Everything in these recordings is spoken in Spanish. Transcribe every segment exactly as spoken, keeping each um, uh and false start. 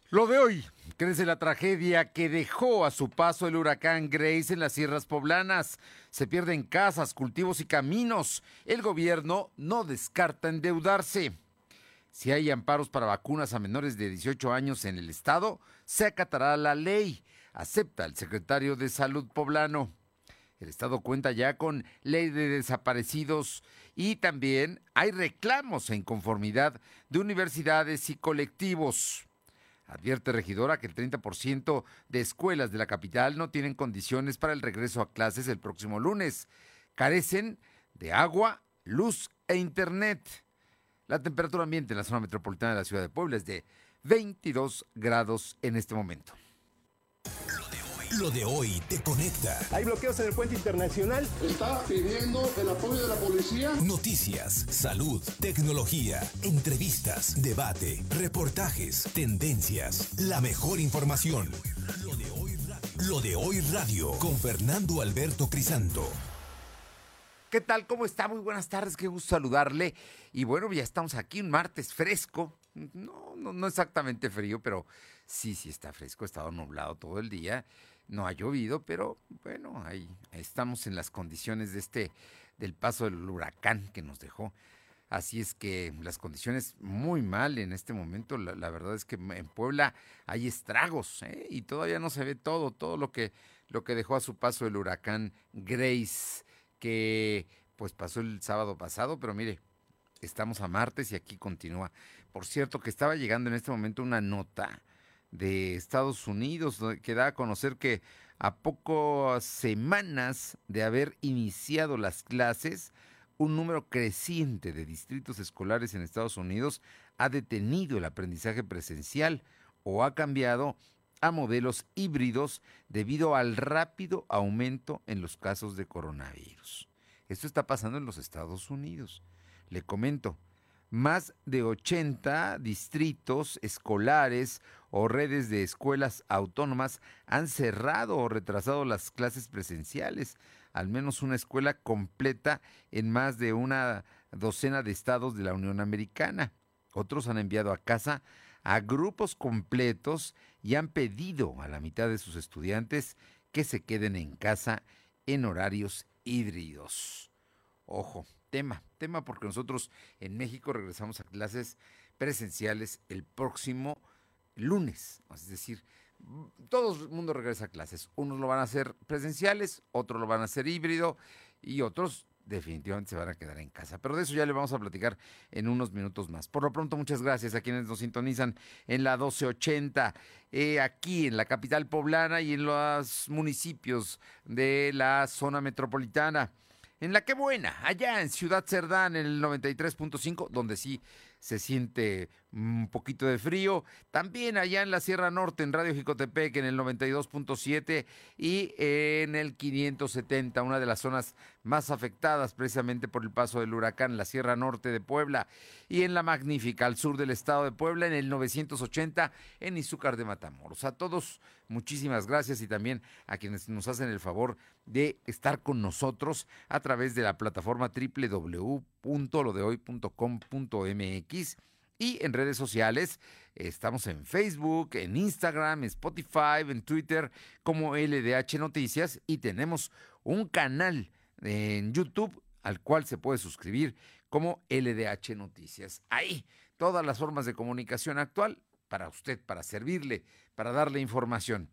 Lo de hoy, crece la tragedia que dejó a su paso el huracán Grace en las sierras poblanas. Se pierden casas, cultivos y caminos. El gobierno no descarta endeudarse. Si hay amparos para vacunas a menores de dieciocho años en el estado, se acatará la ley, acepta el secretario de Salud poblano. El estado cuenta ya con ley de desaparecidos y también hay reclamos e inconformidad de universidades y colectivos. Advierte regidora que el treinta por ciento de escuelas de la capital no tienen condiciones para el regreso a clases el próximo lunes. Carecen de agua, luz e internet. La temperatura ambiente en la zona metropolitana de la ciudad de Puebla es de veintidós grados en este momento. Lo de hoy te conecta. Hay bloqueos en el puente internacional. Está pidiendo el apoyo de la policía. Noticias, salud, tecnología, entrevistas, debate, reportajes, tendencias, la mejor información. Lo de hoy radio, Lo de hoy radio con Fernando Alberto Crisanto. ¿Qué tal? ¿Cómo está? Muy buenas tardes, qué gusto saludarle. Y bueno, ya estamos aquí un martes fresco. No, no, no exactamente frío, pero sí, sí está fresco. Ha estado nublado todo el día. No ha llovido, pero bueno, ahí estamos en las condiciones de este, del paso del huracán que nos dejó. Así es que las condiciones muy mal en este momento. La, la verdad es que en Puebla hay estragos, ¿eh? Y todavía no se ve todo, todo lo que, lo que dejó a su paso el huracán Grace, que pues pasó el sábado pasado, pero mire, estamos a martes y aquí continúa. Por cierto, que estaba llegando en este momento una nota de Estados Unidos que da a conocer que a pocas semanas de haber iniciado las clases, un número creciente de distritos escolares en Estados Unidos ha detenido el aprendizaje presencial o ha cambiado a modelos híbridos debido al rápido aumento en los casos de coronavirus. Esto está pasando en los Estados Unidos. Le comento, más de ochenta distritos escolares o redes de escuelas autónomas han cerrado o retrasado las clases presenciales. Al menos una escuela completa en más de una docena de estados de la Unión Americana. Otros han enviado a casa a grupos completos y han pedido a la mitad de sus estudiantes que se queden en casa en horarios híbridos. Ojo, tema, tema porque nosotros en México regresamos a clases presenciales el próximo lunes. Es decir, todo el mundo regresa a clases. Unos lo van a hacer presenciales, otros lo van a hacer híbrido y otros definitivamente se van a quedar en casa. Pero de eso ya le vamos a platicar en unos minutos más. Por lo pronto, muchas gracias a quienes nos sintonizan en la doce ochenta, eh, aquí en la capital poblana y en los municipios de la zona metropolitana. En La Qué Buena, allá en Ciudad Cerdán, en el noventa y tres punto cinco, donde sí se siente un poquito de frío. También allá en la Sierra Norte, en Radio Jicotepec, en el noventa y dos punto siete y en el quinientos setenta, una de las zonas más afectadas precisamente por el paso del huracán, la Sierra Norte de Puebla. Y en La Magnífica, al sur del estado de Puebla, en el novecientos ochenta, en Izúcar de Matamoros. A todos, muchísimas gracias y también a quienes nos hacen el favor de estar con nosotros a través de la plataforma doble u doble u doble u punto lo de hoy punto com punto m x y en redes sociales. Estamos en Facebook, en Instagram, en Spotify, en Twitter como L D H Noticias y tenemos un canal en YouTube al cual se puede suscribir como L D H Noticias. Ahí todas las formas de comunicación actual para usted, para servirle, para darle información.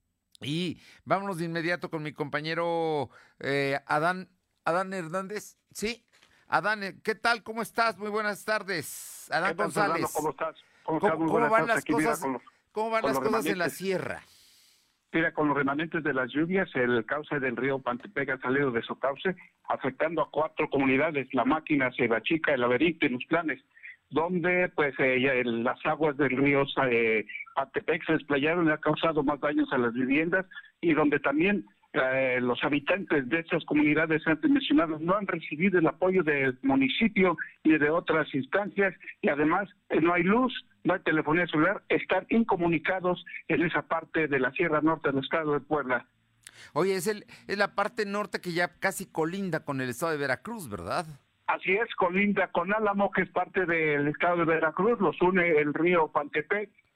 Y vámonos de inmediato con mi compañero eh, Adán, Adán Hernández. Sí, Adán, ¿qué tal? ¿Cómo estás? Muy buenas tardes. Adán González. Fernando, ¿cómo estás? ¿Cómo, ¿Cómo, estás? Muy cómo buenas van tardes. las Aquí, cosas, mira, los, ¿cómo van las cosas en la sierra? Mira, con los remanentes de las lluvias, el cauce del río Pantepec ha salido de su cauce, afectando a cuatro comunidades, La Máquina, Sierra Chica, El Laberinto y Los Planes, donde pues eh, las aguas del río eh, Pantepec se desplayaron y ha causado más daños a las viviendas, y donde también eh, los habitantes de estas comunidades antes mencionadas no han recibido el apoyo del municipio ni de otras instancias, y además eh, no hay luz, no hay telefonía celular, están incomunicados en esa parte de la Sierra Norte del estado de Puebla. Oye, es, el, es la parte norte que ya casi colinda con el estado de Veracruz, ¿verdad? Así es, colinda con Álamo, que es parte del estado de Veracruz, los une el río Pantepec,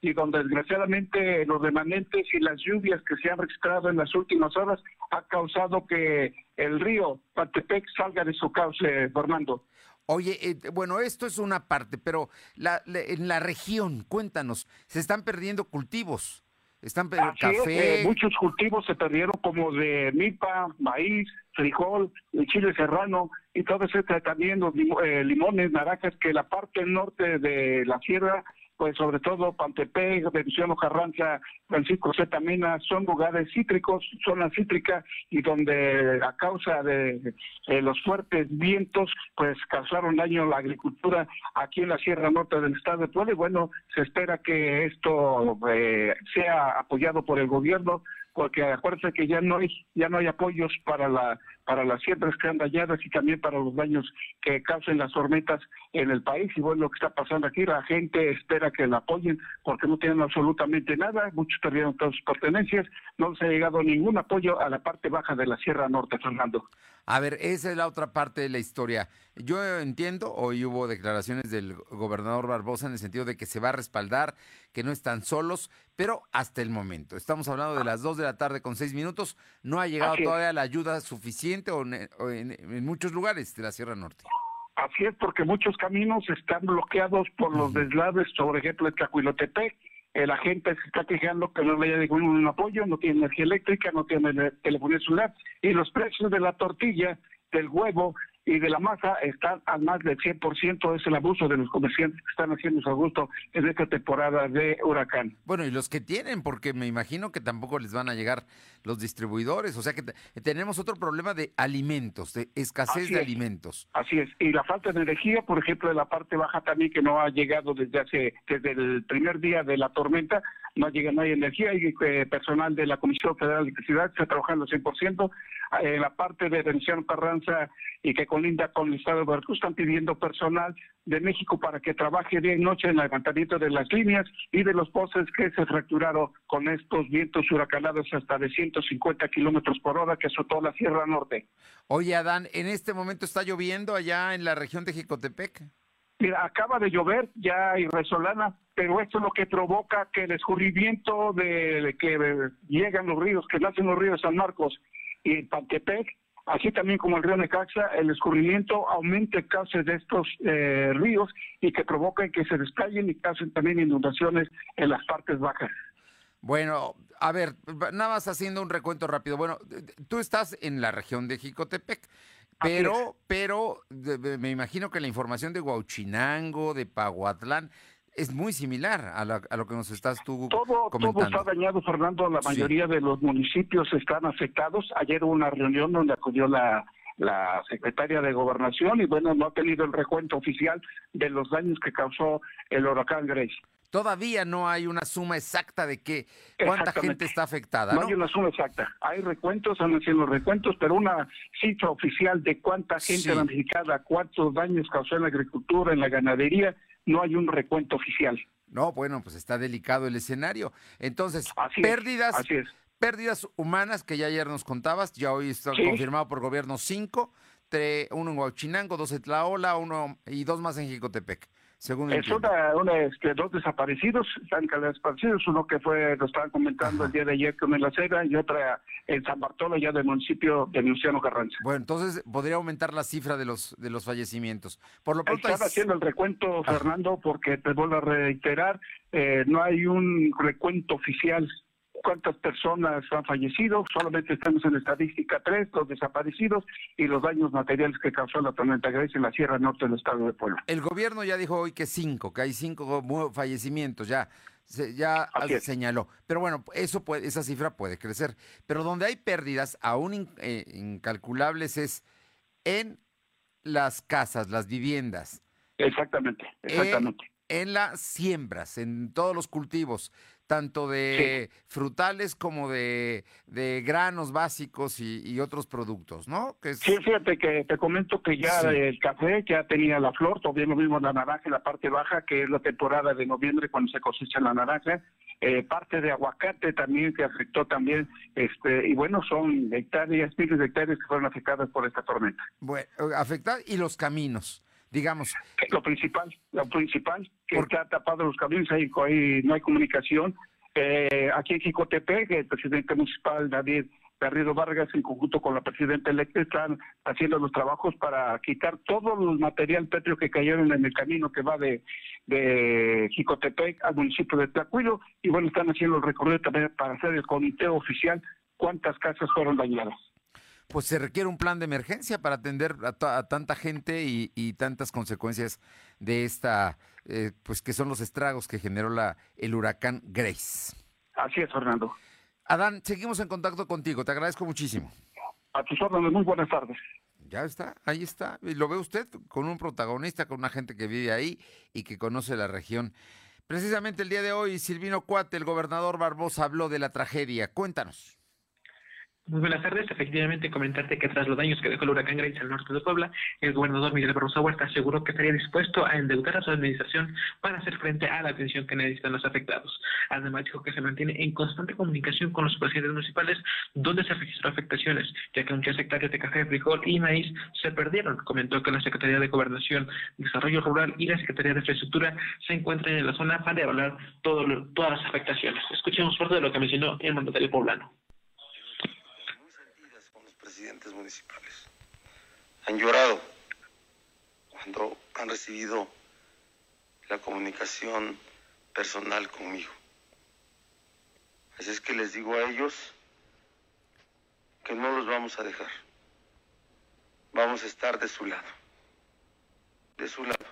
y donde desgraciadamente los remanentes y las lluvias que se han registrado en las últimas horas ha causado que el río Pantepec salga de su cauce, Fernando. Oye, eh, bueno, esto es una parte, pero la, la, en la región, cuéntanos, se están perdiendo cultivos. Están perdiendo café. Es, eh, muchos cultivos se perdieron, como de milpa, maíz, frijol, chile serrano y todo eso, también los eh, limones, naranjas, que la parte norte de la sierra, pues sobre todo Pantepec, Venustiano Carranza, Francisco Zeta Mena, son lugares cítricos, zona cítrica, y donde a causa de eh, los fuertes vientos, pues causaron daño a la agricultura aquí en la Sierra Norte del estado de Puebla, y bueno, se espera que esto eh, sea apoyado por el gobierno, porque acuérdense que ya no hay ya no hay apoyos para la para las siembras que han dañadas y también para los daños que causen las tormentas en el país. Y bueno, lo que está pasando aquí, la gente espera que la apoyen porque no tienen absolutamente nada, muchos perdieron todas sus pertenencias, no les ha llegado ningún apoyo a la parte baja de la Sierra Norte, Fernando. A ver, esa es la otra parte de la historia. Yo entiendo, hoy hubo declaraciones del gobernador Barbosa en el sentido de que se va a respaldar, que no están solos, pero hasta el momento, estamos hablando de las dos de la tarde con seis minutos, no ha llegado todavía la ayuda suficiente o en, o en, en muchos lugares de la Sierra Norte. Así es, porque muchos caminos están bloqueados por los uh-huh. deslaves, por ejemplo, en Tlahuilotepec. Eh, la gente se está quejando que no le haya llegado ningún apoyo, no tiene energía eléctrica, no tiene telefonía celular, y los precios de la tortilla, del huevo y de la masa están al más del cien por ciento. Es el abuso de los comerciantes que están haciendo su gusto en esta temporada de huracán. Bueno, y los que tienen, porque me imagino que tampoco les van a llegar los distribuidores, o sea que t- tenemos otro problema de alimentos, de escasez Así de es. alimentos. Así es, y la falta de energía, por ejemplo, de la parte baja también, que no ha llegado desde hace, desde el primer día de la tormenta, no llega, no hay energía, y eh, personal de la Comisión Federal de Electricidad está trabajando al cien por ciento. En la parte de Venustiano Carranza y que colinda con el estado de Veracruz, están pidiendo personal de México para que trabaje día y noche en el levantamiento de las líneas y de los postes que se fracturaron con estos vientos huracanados hasta de ciento cincuenta kilómetros por hora que azotó la Sierra Norte. Oye, Adán, ¿en este momento está lloviendo allá en la región de Jicotepec? Mira, acaba de llover, ya hay resolana, pero esto es lo que provoca que el escurrimiento de, de que llegan los ríos, que nacen los ríos San Marcos y Pantepec, así también como el río Necaxa, el escurrimiento aumenta el cauce de estos eh, ríos y que provocan que se desplayen y causen también inundaciones en las partes bajas. Bueno, a ver, nada más haciendo un recuento rápido. Bueno, tú estás en la región de Jicotepec, pero, pero de, de, me imagino que la información de Huauchinango, de Pahuatlán, es muy similar a, la, a lo que nos estás tú todo, comentando. Todo está dañado, Fernando. La mayoría sí. de los municipios están afectados. Ayer hubo una reunión donde acudió la, la secretaria de Gobernación y, bueno, no ha tenido el recuento oficial de los daños que causó el huracán Grace. Todavía no hay una suma exacta de qué, cuánta gente está afectada, ¿no? No hay una suma exacta. Hay recuentos, han haciendo recuentos, pero una cifra oficial de cuánta gente sí. damnificada, cuántos daños causó en la agricultura, en la ganadería, no hay un recuento oficial. No, bueno, pues está delicado el escenario. Entonces, así pérdidas, es, así es. pérdidas humanas que ya ayer nos contabas, ya hoy está sí. confirmado por gobierno cinco, tre, uno en Huauchinango, dos en Tlaola, uno y dos más en Jicotepec. Según es una, una este, dos desaparecidos, están desaparecidos, uno que fue, lo estaban comentando Ajá. el día de ayer con el Acera y otra en San Bartolo, ya del municipio de Venustiano Carranza. Bueno, entonces podría aumentar la cifra de los de los fallecimientos. Por lo pronto están hay... haciendo el recuento, Ajá. Fernando, porque te vuelvo a reiterar, eh, no hay un recuento oficial cuántas personas han fallecido, solamente estamos en estadística tres, los desaparecidos y los daños materiales que causó la tormenta Grace en la Sierra Norte del estado de Puebla. El gobierno ya dijo hoy que cinco, que hay cinco fallecimientos, ya se, ya señaló. Pero bueno, eso puede, esa cifra puede crecer. Pero donde hay pérdidas aún in, eh, incalculables es en las casas, las viviendas. Exactamente, exactamente. En, en las siembras, en todos los cultivos, tanto de sí. frutales como de, de granos básicos y, y otros productos, ¿no? Que es... Sí, fíjate que te comento que ya sí. el café ya tenía la flor, todavía lo mismo la naranja en la parte baja, que es la temporada de noviembre cuando se cosecha la naranja, eh, parte de aguacate también que afectó también, este y bueno, son hectáreas, miles de hectáreas que fueron afectadas por esta tormenta. Bueno, afectadas y los caminos. digamos. Lo principal, lo principal, que Por... está tapado los caminos, ahí, ahí no hay comunicación. Eh, aquí en Jicotepec, el presidente municipal David Garrido Vargas, en conjunto con la presidenta electa, están haciendo los trabajos para quitar todo el material pétreo que cayeron en el camino que va de, de Jicotepec al municipio de Tlacuilo, y bueno, están haciendo el recorrido también para hacer el conteo oficial cuántas casas fueron dañadas. Pues se requiere un plan de emergencia para atender a, t- a tanta gente y, y tantas consecuencias de esta, eh, pues que son los estragos que generó la el huracán Grace. Así es, Fernando. Adán, seguimos en contacto contigo, te agradezco muchísimo. A tus órdenes, muy buenas tardes. Ya está, ahí está. Y lo ve usted con un protagonista, con una gente que vive ahí y que conoce la región. Precisamente el día de hoy, Silvino Cuate, el gobernador Barbosa, habló de la tragedia. Cuéntanos. Muy buenas tardes. Efectivamente, comentarte que tras los daños que dejó el huracán Grace al norte de Puebla, el gobernador Miguel Barbosa Huerta aseguró que estaría dispuesto a endeudar a su administración para hacer frente a la atención que necesitan los afectados. Además, dijo que se mantiene en constante comunicación con los presidentes municipales donde se registró afectaciones, ya que muchas hectáreas de café, frijol y maíz se perdieron. Comentó que la Secretaría de Gobernación, Desarrollo Rural y la Secretaría de Infraestructura se encuentran en la zona para evaluar todo lo, todas las afectaciones. Escuchemos parte de lo que mencionó el mandatario poblano. Presidentes municipales han llorado cuando han recibido la comunicación personal conmigo. Así es que les digo a ellos que no los vamos a dejar. Vamos a estar de su lado, de su lado.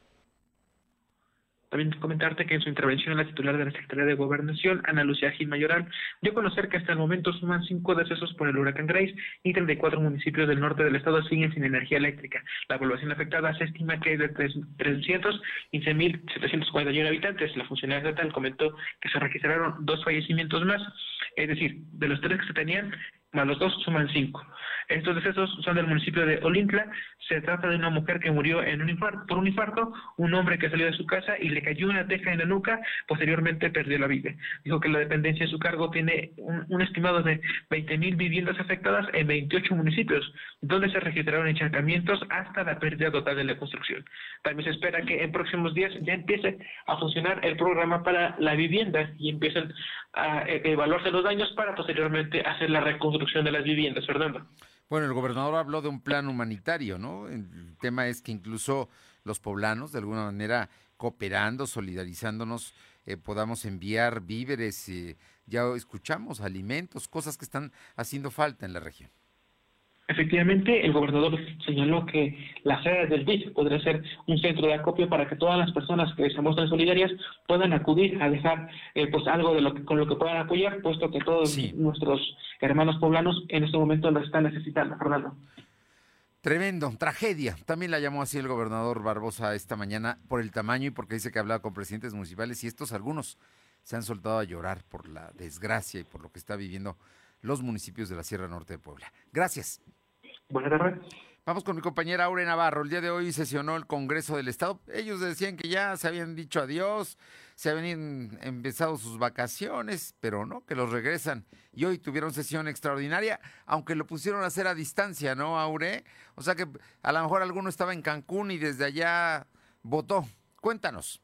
También comentarte que en su intervención la titular de la Secretaría de Gobernación, Ana Lucía Gil Mayoral, dio a conocer que hasta el momento suman cinco decesos por el huracán Grace y treinta y cuatro municipios del norte del estado siguen sin energía eléctrica. La población afectada se estima que es de trescientos quince mil setecientos cuarenta y uno habitantes. La funcionaria estatal comentó que se registraron dos fallecimientos más, es decir, de los tres que se tenían, más los dos suman cinco. Estos decesos son del municipio de Olintla. Se trata de una mujer que murió en un infarto, por un infarto, un hombre que salió de su casa y le cayó una teja en la nuca, posteriormente perdió la vida. Dijo que la dependencia en su cargo tiene un, un estimado de veinte mil viviendas afectadas en veintiocho municipios, donde se registraron encharcamientos hasta la pérdida total de la construcción. También se espera que en próximos días ya empiece a funcionar el programa para la vivienda y empiecen a evaluarse los daños para posteriormente hacer la reconstrucción de las viviendas. Fernando. Bueno, el gobernador habló de un plan humanitario, ¿no? El tema es que incluso los poblanos, de alguna manera, cooperando, solidarizándonos, eh, podamos enviar víveres, eh, ya escuchamos, alimentos, cosas que están haciendo falta en la región. Efectivamente, el gobernador señaló que la sede del D I F podría ser un centro de acopio para que todas las personas que se muestran solidarias puedan acudir a dejar eh, pues algo de lo que, con lo que puedan apoyar, puesto que todos sí. nuestros hermanos poblanos en este momento lo están necesitando, Fernando. Tremendo, tragedia. También la llamó así el gobernador Barbosa esta mañana por el tamaño y porque dice que ha hablado con presidentes municipales y estos algunos se han soltado a llorar por la desgracia y por lo que está viviendo los municipios de la Sierra Norte de Puebla. Gracias. Buenas tardes. Vamos con mi compañera Aure Navarro. El día de hoy sesionó el Congreso del Estado. Ellos decían que ya se habían dicho adiós, se habían empezado sus vacaciones, pero no, que los regresan. Y hoy tuvieron sesión extraordinaria, aunque lo pusieron a hacer a distancia, ¿no, Aure? O sea que a lo mejor alguno estaba en Cancún y desde allá votó. Cuéntanos.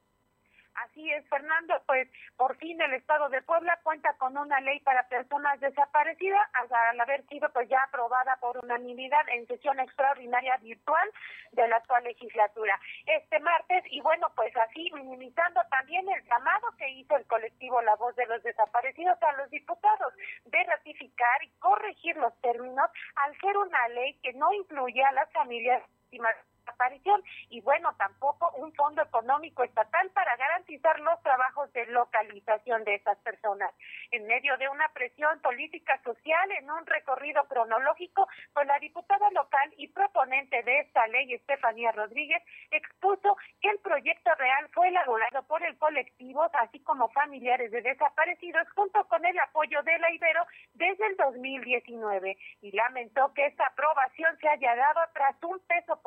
Así es, Fernando, pues por fin el Estado de Puebla cuenta con una ley para personas desaparecidas, al haber sido pues ya aprobada por unanimidad en sesión extraordinaria virtual de la actual legislatura este martes, y bueno, pues así minimizando también el llamado que hizo el colectivo La Voz de los Desaparecidos a los diputados de ratificar y corregir los términos al ser una ley que no incluye a las familias víctimas desaparición y bueno, tampoco un fondo económico estatal para garantizar los trabajos de localización de esas personas. En medio de una presión política social en un recorrido cronológico, pues la diputada local y proponente de esta ley, Estefanía Rodríguez, expuso que el proyecto real fue elaborado por el colectivo, así como familiares de desaparecidos, junto con el apoyo de la Ibero desde el dos mil diecinueve, y lamentó que esta aprobación se haya dado tras un peso político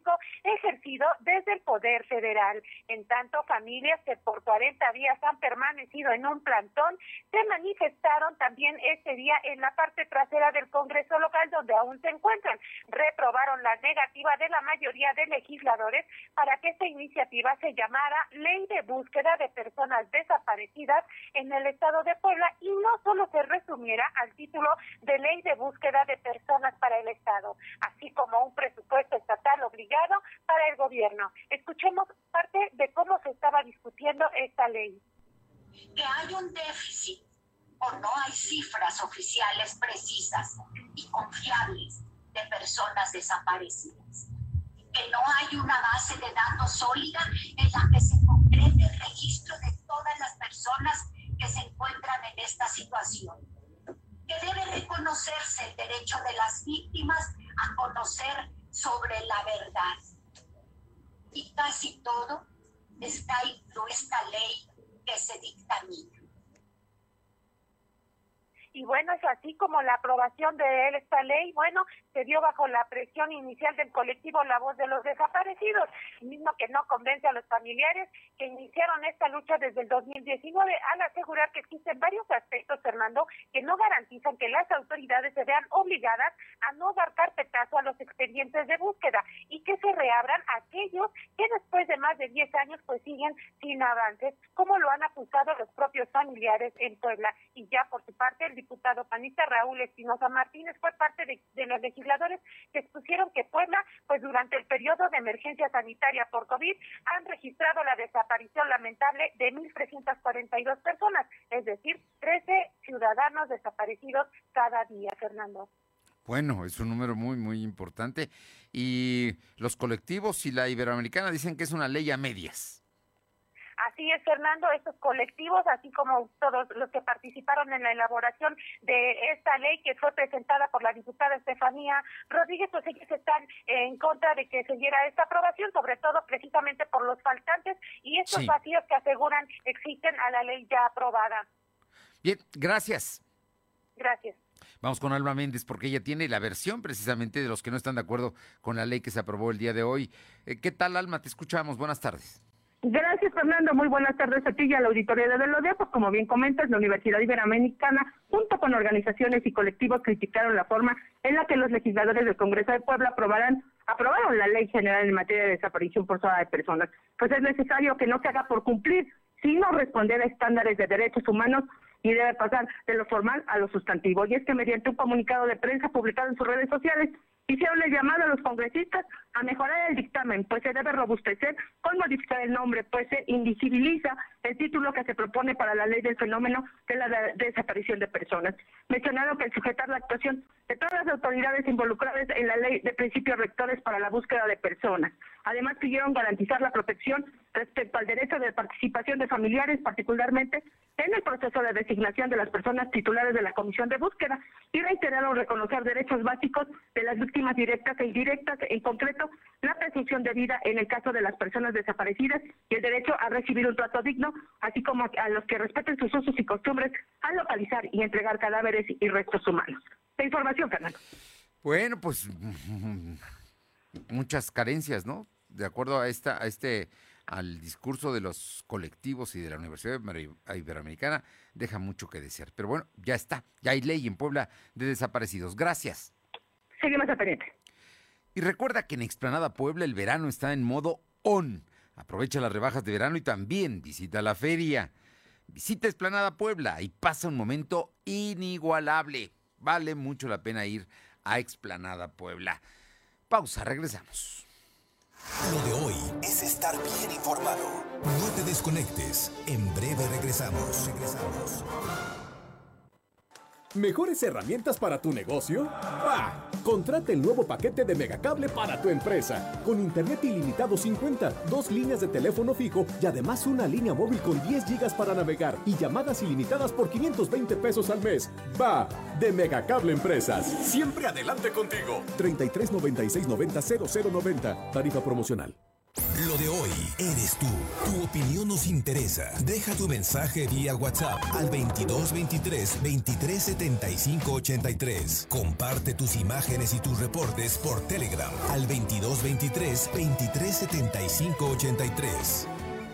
económico ejercido desde el Poder Federal. En tanto, familias que por cuarenta días han permanecido en un plantón se manifestaron también este día en la parte trasera del Congreso local, donde aún se encuentran. Reprobaron la negativa de la mayoría de legisladores para que esta iniciativa se llamara Ley de Búsqueda de Personas Desaparecidas en el Estado de Puebla y no solo se resumiera al título de Ley de Búsqueda de Personas para el Estado, así como un presupuesto estatal obligado para el gobierno. Escuchemos parte de cómo se estaba discutiendo esta ley. Que hay un déficit o no hay cifras oficiales precisas y confiables de personas desaparecidas. Que no hay una base de datos sólida en la que se concrete el registro de todas las personas que se encuentran en esta situación. Que debe reconocerse el derecho de las víctimas a conocer sobre la verdad. Y casi todo está incluido en esta ley que se dictamina. Y bueno, es así como la aprobación de esta ley, bueno, se dio bajo la presión inicial del colectivo La Voz de los Desaparecidos, mismo que no convence a los familiares que iniciaron esta lucha desde el dos mil diecinueve, al asegurar que existen varios aspectos, Fernando, que no garantizan que las autoridades se vean obligadas a no dar carpetazo a los expedientes de búsqueda y que se reabran aquellos que después de más de diez años pues siguen sin avances, como lo han acusado los propios familiares en Puebla. Y ya por su parte el diputado panista Raúl Espinosa Martínez fue parte de, de los legisladores que expusieron que Puebla, pues durante el periodo de emergencia sanitaria por COVID, han registrado la desaparición lamentable de mil trescientas cuarenta y dos personas, es decir, trece ciudadanos desaparecidos cada día, Fernando. Bueno, es un número muy, muy importante. Y los colectivos y la Iberoamericana dicen que es una ley a medias. Así es, Fernando, estos colectivos, así como todos los que participaron en la elaboración de esta ley que fue presentada por la diputada Estefanía Rodríguez, pues ellos están en contra de que se diera esta aprobación, sobre todo precisamente por los faltantes y estos sí. vacíos que aseguran existen a la ley ya aprobada. Bien, gracias. Gracias. Vamos con Alma Méndez, porque ella tiene la versión precisamente de los que no están de acuerdo con la ley que se aprobó el día de hoy. ¿Qué tal, Alma? Te escuchamos. Buenas tardes. Gracias, Fernando. Muy buenas tardes a ti y a la auditoría de Lodea. Pues como bien comentas, la Universidad Iberoamericana, junto con organizaciones y colectivos, criticaron la forma en la que los legisladores del Congreso de Puebla aprobarán, aprobaron la Ley General en materia de desaparición forzada de personas. Pues es necesario que no se haga por cumplir, sino responder a estándares de derechos humanos y debe pasar de lo formal a lo sustantivo. Y es que mediante un comunicado de prensa publicado en sus redes sociales, hicieron el llamado a los congresistas a mejorar el dictamen, pues se debe robustecer con modificar el nombre, pues se invisibiliza el título que se propone para la ley del fenómeno de la de desaparición de personas. Mencionaron que el sujetar la actuación de todas las autoridades involucradas en la ley de principios rectores para la búsqueda de personas. Además, pidieron garantizar la protección respecto al derecho de participación de familiares, particularmente en el proceso de designación de las personas titulares de la comisión de búsqueda, y reiteraron reconocer derechos básicos de las víctimas directas e indirectas, en concreto la presunción de vida en el caso de las personas desaparecidas y el derecho a recibir un trato digno, así como a los que respeten sus usos y costumbres al localizar y entregar cadáveres y restos humanos. La información, Fernando. Bueno, pues muchas carencias, ¿no? De acuerdo a esta, a este, al discurso de los colectivos y de la Universidad Iberoamericana, deja mucho que desear. Pero bueno, ya está, ya hay ley en Puebla de desaparecidos. Gracias. Seguimos al pendiente. Y recuerda que en Explanada Puebla el verano está en modo on. Aprovecha las rebajas de verano y también visita la feria. Visita Explanada Puebla y pasa un momento inigualable. Vale mucho la pena ir a Explanada Puebla. Pausa, regresamos. Lo de hoy es estar bien informado. No te desconectes. En breve regresamos. Regresamos. ¿Mejores herramientas para tu negocio? ¡Ah! Contrata el nuevo paquete de Megacable para tu empresa. Con internet ilimitado cincuenta, dos líneas de teléfono fijo y además una línea móvil con diez gigas para navegar y llamadas ilimitadas por quinientos veinte pesos al mes. ¡Va! De Megacable Empresas. Siempre adelante contigo. treinta y tres noventa y seis noventa cero cero noventa. Tarifa promocional. Lo de hoy eres tú. Tu opinión nos interesa. Deja tu mensaje vía WhatsApp al veintidós veintitrés veintitrés setenta y cinco ochenta y tres. Comparte tus imágenes y tus reportes por Telegram al veintidós veintitrés veintitrés setenta y cinco ochenta y tres.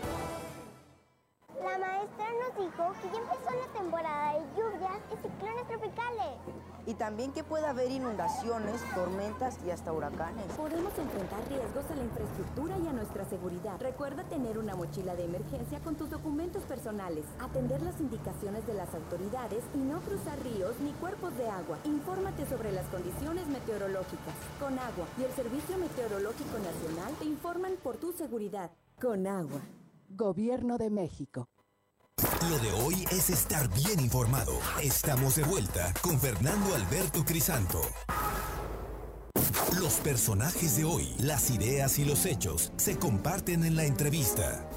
La maestra nos dijo que ya empezó la temporada de lluvias y ciclones tropicales. Y también que puede haber inundaciones, tormentas y hasta huracanes. Podemos enfrentar riesgos a la infraestructura y a nuestra seguridad. Recuerda tener una mochila de emergencia con tus documentos personales, atender las indicaciones de las autoridades y no cruzar ríos ni cuerpos de agua. Infórmate sobre las condiciones meteorológicas. Conagua y el Servicio Meteorológico Nacional te informan por tu seguridad. Conagua, Gobierno de México. Lo de hoy es estar bien informado. Estamos de vuelta con Fernando Alberto Crisanto. Los personajes de hoy, las ideas y los hechos se comparten en la entrevista.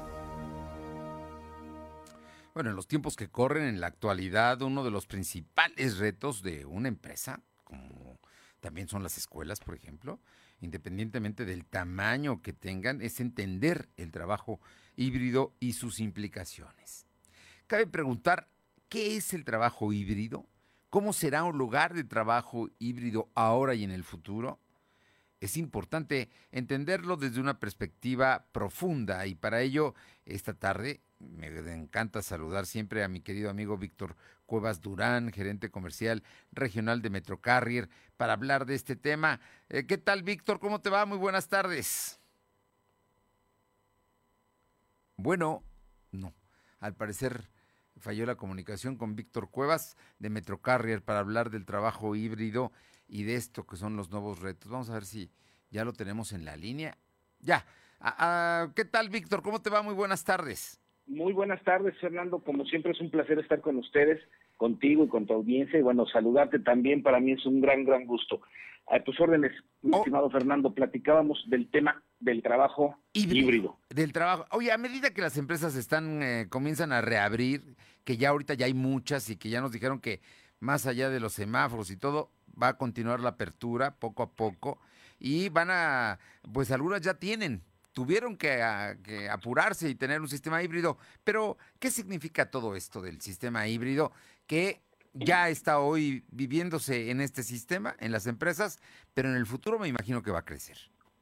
Bueno, en los tiempos que corren en la actualidad, uno de los principales retos de una empresa, como también son las escuelas, por ejemplo, independientemente del tamaño que tengan, es entender el trabajo híbrido y sus implicaciones. Cabe preguntar, ¿qué es el trabajo híbrido? ¿Cómo será un lugar de trabajo híbrido ahora y en el futuro? Es importante entenderlo desde una perspectiva profunda y para ello, esta tarde, me encanta saludar siempre a mi querido amigo Víctor Cuevas Durán, gerente comercial regional de Metrocarrier, para hablar de este tema. Eh, ¿Qué tal, Víctor? ¿Cómo te va? Muy buenas tardes. Bueno, no, al parecer falló la comunicación con Víctor Cuevas de Metrocarrier para hablar del trabajo híbrido y de esto que son los nuevos retos. Vamos a ver si ya lo tenemos en la línea. Ya. Ah, ah, ¿qué tal, Víctor? ¿Cómo te va? Muy buenas tardes. Muy buenas tardes, Fernando. Como siempre es un placer estar con ustedes, contigo y con tu audiencia. Y bueno, saludarte también para mí es un gran, gran gusto. A tus órdenes, mi oh. estimado Fernando, platicábamos del tema del trabajo híbrido. híbrido. Del trabajo. Oye, a medida que las empresas están eh, comienzan a reabrir, que ya ahorita ya hay muchas y que ya nos dijeron que más allá de los semáforos y todo, va a continuar la apertura poco a poco y van a, pues algunas ya tienen, tuvieron que, a, que apurarse y tener un sistema híbrido. Pero, ¿qué significa todo esto del sistema híbrido que ya está hoy viviéndose en este sistema, en las empresas, pero en el futuro me imagino que va a crecer?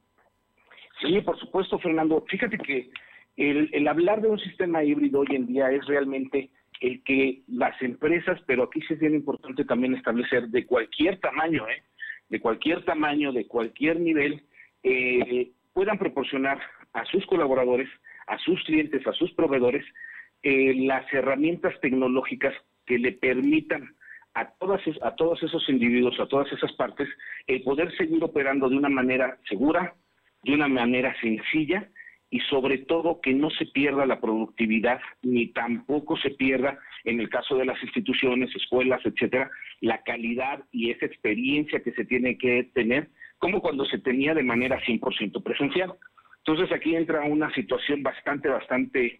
Sí, por supuesto, Fernando. Fíjate que el, el hablar de un sistema híbrido hoy en día es realmente el que las empresas, pero aquí sí es bien importante también establecer de cualquier tamaño, ¿eh? de cualquier tamaño, de cualquier nivel, eh, puedan proporcionar a sus colaboradores, a sus clientes, a sus proveedores, eh, las herramientas tecnológicas que le permitan a todas a todos esos individuos, a todas esas partes, el poder seguir operando de una manera segura, de una manera sencilla y sobre todo que no se pierda la productividad ni tampoco se pierda, en el caso de las instituciones, escuelas, etcétera, la calidad y esa experiencia que se tiene que tener como cuando se tenía de manera cien por ciento presencial. Entonces aquí entra una situación bastante, bastante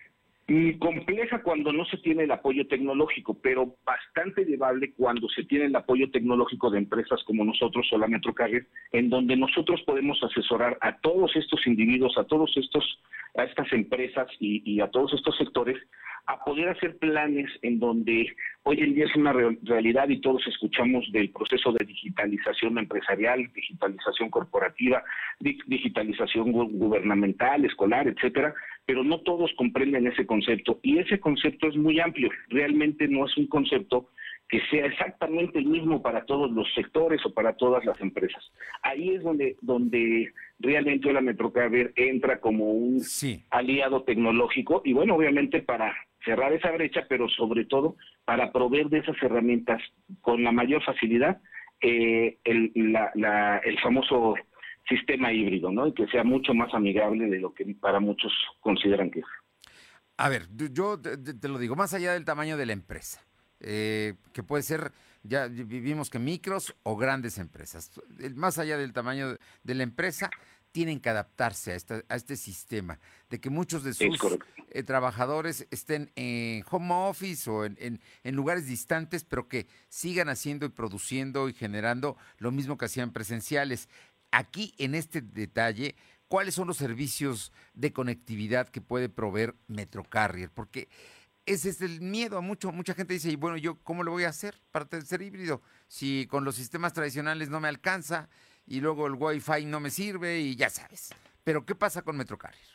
compleja cuando no se tiene el apoyo tecnológico, pero bastante llevable cuando se tiene el apoyo tecnológico de empresas como nosotros o la Metrocarrier, en donde nosotros podemos asesorar a todos estos individuos, a todos estos, a estas empresas y, y a todos estos sectores, a poder hacer planes en donde hoy en día es una real, realidad y todos escuchamos del proceso de digitalización empresarial, digitalización corporativa, di, digitalización gu gubernamental, escolar, etcétera, pero no todos comprenden ese concepto y ese concepto es muy amplio, realmente no es un concepto que sea exactamente el mismo para todos los sectores o para todas las empresas. Ahí es donde donde realmente la Metrocarrier entra como un sí. aliado tecnológico y bueno, obviamente para cerrar esa brecha, pero sobre todo para proveer de esas herramientas con la mayor facilidad eh, el, la, la, el famoso sistema híbrido, ¿no? Y que sea mucho más amigable de lo que para muchos consideran que es. A ver, yo te, te lo digo, más allá del tamaño de la empresa, eh, que puede ser, ya vivimos que micros o grandes empresas, más allá del tamaño de la empresa, tienen que adaptarse a, esta, a este sistema, de que muchos de sus eh, trabajadores estén en home office o en, en, en lugares distantes, pero que sigan haciendo y produciendo y generando lo mismo que hacían presenciales. Aquí, en este detalle, ¿cuáles son los servicios de conectividad que puede proveer Metrocarrier? Porque ese es el miedo. A mucho, mucha gente dice, y bueno, ¿yo cómo lo voy a hacer para ser híbrido? Si con los sistemas tradicionales no me alcanza y luego el Wi-Fi no me sirve y ya sabes. Pero, ¿qué pasa con Metrocarrier?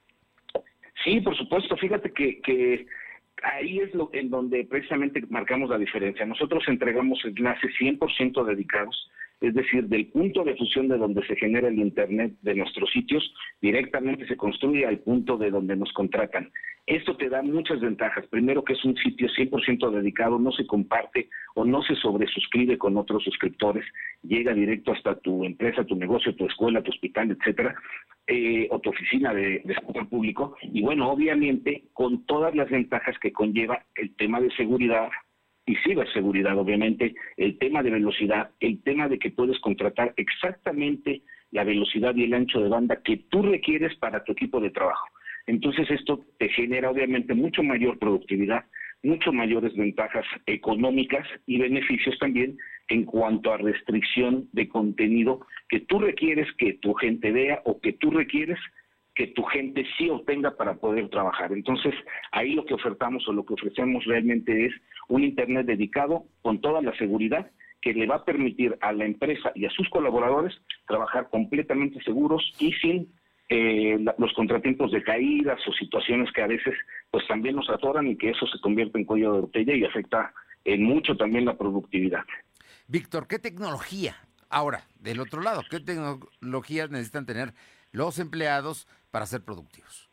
Sí, por supuesto. Fíjate que, que ahí es lo en donde precisamente marcamos la diferencia. Nosotros entregamos enlaces cien por ciento dedicados, es decir, del punto de fusión de donde se genera el Internet de nuestros sitios, directamente se construye al punto de donde nos contratan. Esto te da muchas ventajas. Primero, que es un sitio cien por ciento dedicado, no se comparte o no se sobresuscribe con otros suscriptores, llega directo hasta tu empresa, tu negocio, tu escuela, tu hospital, etcétera, eh, o tu oficina de, de sector público. Y bueno, obviamente, con todas las ventajas que conlleva el tema de seguridad y ciberseguridad, obviamente, el tema de velocidad, el tema de que puedes contratar exactamente la velocidad y el ancho de banda que tú requieres para tu equipo de trabajo. Entonces esto te genera obviamente mucho mayor productividad, mucho mayores ventajas económicas y beneficios también en cuanto a restricción de contenido que tú requieres que tu gente vea o que tú requieres que tu gente sí obtenga para poder trabajar. Entonces, ahí lo que ofertamos o lo que ofrecemos realmente es un Internet dedicado con toda la seguridad que le va a permitir a la empresa y a sus colaboradores trabajar completamente seguros y sin eh, la, los contratiempos de caídas o situaciones que a veces pues también nos atoran y que eso se convierte en cuello de botella y afecta en mucho también la productividad. Víctor, ¿qué tecnología? Ahora, del otro lado, ¿qué tecnologías necesitan tener los empleados para ser productivos?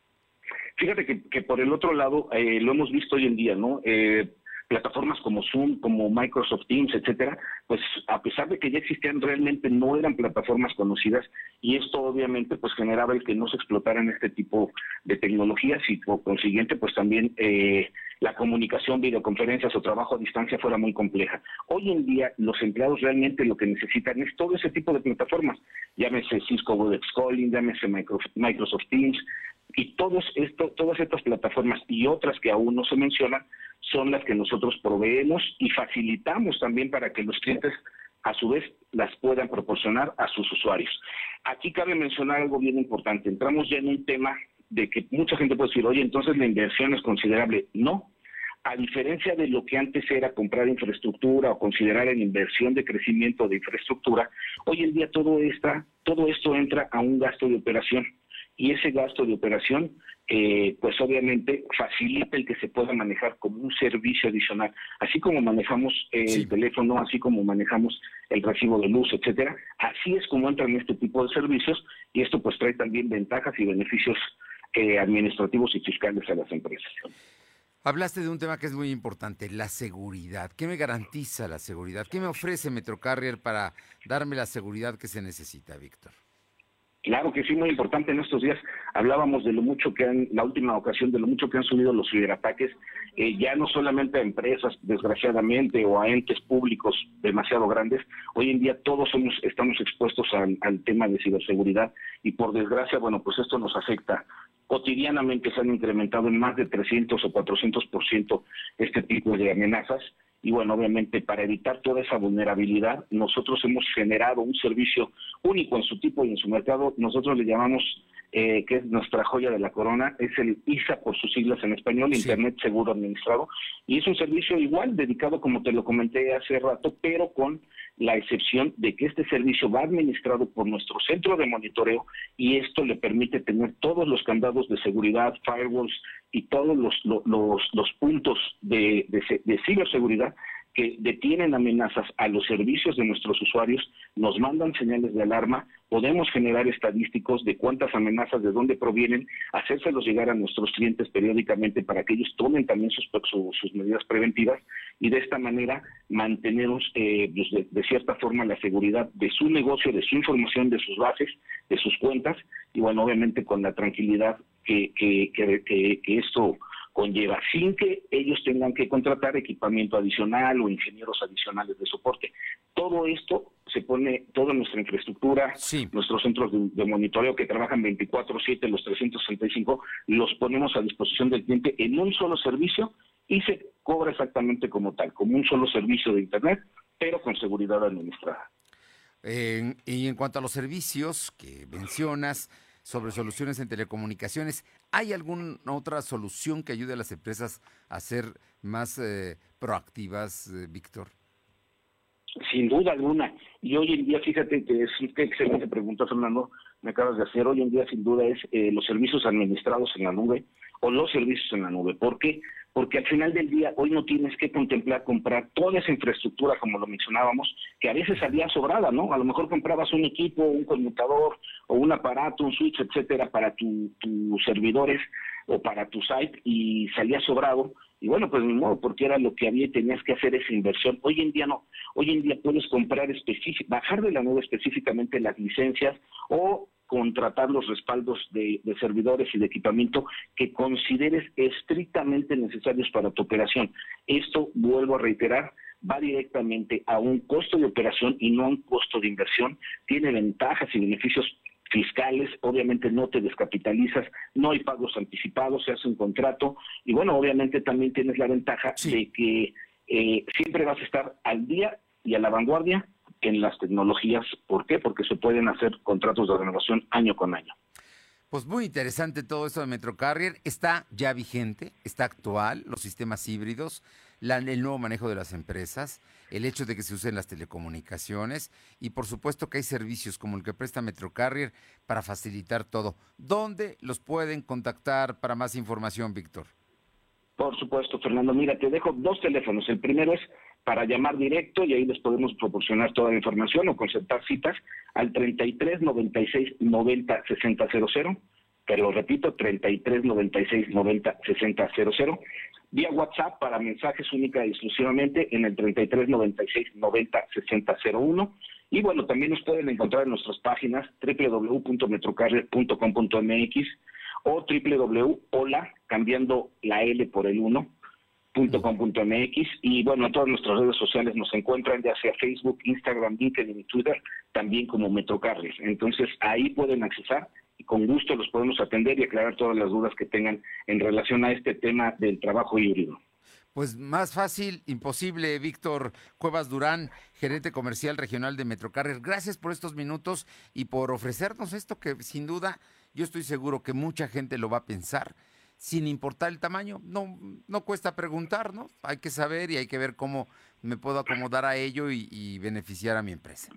Fíjate que, que por el otro lado, eh, lo hemos visto hoy en día, ¿no? Eh, plataformas como Zoom, como Microsoft Teams, etcétera, pues a pesar de que ya existían, realmente no eran plataformas conocidas y esto obviamente pues generaba el que no se explotaran este tipo de tecnologías y por consiguiente pues también eh, la comunicación, videoconferencias o trabajo a distancia fuera muy compleja. Hoy en día los empleados realmente lo que necesitan es todo ese tipo de plataformas, llámese Cisco Webex Calling, llámese Microsoft Teams, y todos esto, todas estas plataformas y otras que aún no se mencionan son las que nosotros proveemos y facilitamos también para que los clientes a su vez las puedan proporcionar a sus usuarios. Aquí cabe mencionar algo bien importante. Entramos ya en un tema de que mucha gente puede decir, oye, entonces la inversión es considerable. No. A diferencia de lo que antes era comprar infraestructura o considerar en inversión de crecimiento de infraestructura, hoy en día todo, esta, todo esto entra a un gasto de operación. Y ese gasto de operación, eh, pues obviamente facilita el que se pueda manejar como un servicio adicional. Así como manejamos eh, sí. el teléfono, así como manejamos el recibo de luz, etcétera, así es como entran este tipo de servicios y esto pues trae también ventajas y beneficios eh, administrativos y fiscales a las empresas. Hablaste de un tema que es muy importante, la seguridad. ¿Qué me garantiza la seguridad? ¿Qué me ofrece Metrocarrier para darme la seguridad que se necesita, Víctor? Claro que sí, muy importante. En estos días hablábamos de lo mucho que han, la última ocasión, de lo mucho que han subido los ciberataques, eh, ya no solamente a empresas, desgraciadamente, o a entes públicos demasiado grandes. Hoy en día todos somos, estamos expuestos al, al tema de ciberseguridad y por desgracia, bueno, pues esto nos afecta. Cotidianamente se han incrementado en más de trescientos o cuatrocientos por ciento este tipo de amenazas. Y bueno, obviamente para evitar toda esa vulnerabilidad, nosotros hemos generado un servicio único en su tipo y en su mercado. Nosotros le llamamos, eh, que es nuestra joya de la corona, es el I S A por sus siglas en español, sí. Internet Seguro Administrado. Y es un servicio igual, dedicado, como te lo comenté hace rato, pero con la excepción de que este servicio va administrado por nuestro centro de monitoreo y esto le permite tener todos los candados de seguridad, firewalls y todos los, los, los puntos de, de, de ciberseguridad que detienen amenazas a los servicios de nuestros usuarios, nos mandan señales de alarma, podemos generar estadísticos de cuántas amenazas, de dónde provienen, hacérselos llegar a nuestros clientes periódicamente para que ellos tomen también sus, sus, sus medidas preventivas y de esta manera mantenernos eh, pues de, de cierta forma la seguridad de su negocio, de su información, de sus bases, de sus cuentas y bueno, obviamente con la tranquilidad que, que, que, que, que esto conlleva, sin que ellos tengan que contratar equipamiento adicional o ingenieros adicionales de soporte. Todo esto se pone, toda nuestra infraestructura, sí. nuestros centros de, de monitoreo que trabajan veinticuatro siete, los trescientos sesenta y cinco, los ponemos a disposición del cliente en un solo servicio y se cobra exactamente como tal, como un solo servicio de Internet, pero con seguridad administrada. Eh, y en cuanto a los servicios que mencionas, sobre soluciones en telecomunicaciones. ¿Hay alguna otra solución que ayude a las empresas a ser más eh, proactivas, eh, Víctor? Sin duda alguna. Y hoy en día, fíjate que es una excelente pregunta, Fernando, me acabas de hacer. Hoy en día, sin duda, es eh, los servicios administrados en la nube o los servicios en la nube. ¿Por qué? Porque al final del día, hoy no tienes que contemplar comprar toda esa infraestructura, como lo mencionábamos, que a veces salía sobrada, ¿no? A lo mejor comprabas un equipo, un conmutador o un aparato, un switch, etcétera, para tu, tus servidores o para tu site y salía sobrado. Y bueno, pues ni modo, porque era lo que había y tenías que hacer esa inversión. Hoy en día no. Hoy en día puedes comprar específic, bajar de la nube específicamente las licencias o contratar los respaldos de, de servidores y de equipamiento que consideres estrictamente necesarios para tu operación. Esto, vuelvo a reiterar, va directamente a un costo de operación y no a un costo de inversión. Tiene ventajas y beneficios fiscales, obviamente no te descapitalizas, no hay pagos anticipados, se hace un contrato y bueno, obviamente también tienes la ventaja sí. de que eh, siempre vas a estar al día y a la vanguardia en las tecnologías. ¿Por qué? Porque se pueden hacer contratos de renovación año con año. Pues muy interesante todo esto de MetroCarrier. Está ya vigente, está actual, los sistemas híbridos, la, el nuevo manejo de las empresas, el hecho de que se usen las telecomunicaciones y por supuesto que hay servicios como el que presta MetroCarrier para facilitar todo. ¿Dónde los pueden contactar para más información, Víctor? Por supuesto, Fernando. Mira, te dejo dos teléfonos. El primero es para llamar directo y ahí les podemos proporcionar toda la información o concertar citas al treinta y tres, noventa y seis, noventa, sesenta cero cero. Te lo repito, treinta y tres, noventa y seis, noventa, sesenta cero cero. Vía WhatsApp para mensajes única y exclusivamente en el treinta y tres, noventa y seis, noventa, sesenta cero uno. Y bueno, también nos pueden encontrar en nuestras páginas doble u doble u doble u punto metrocarrier punto com punto m x o doble u doble u doble u punto hola, cambiando la L por el uno, punto com punto m x. Y bueno, en todas nuestras redes sociales nos encuentran, ya sea Facebook, Instagram, LinkedIn y Twitter, también como MetroCarrier. Entonces ahí pueden accesar y con gusto los podemos atender y aclarar todas las dudas que tengan en relación a este tema del trabajo híbrido. Pues más fácil, imposible. Víctor Cuevas Durán, gerente comercial regional de MetroCarrier. Gracias por estos minutos y por ofrecernos esto que sin duda yo estoy seguro que mucha gente lo va a pensar sin importar el tamaño. No, no cuesta preguntar, ¿no? Hay que saber y hay que ver cómo me puedo acomodar a ello y, y beneficiar a mi empresa.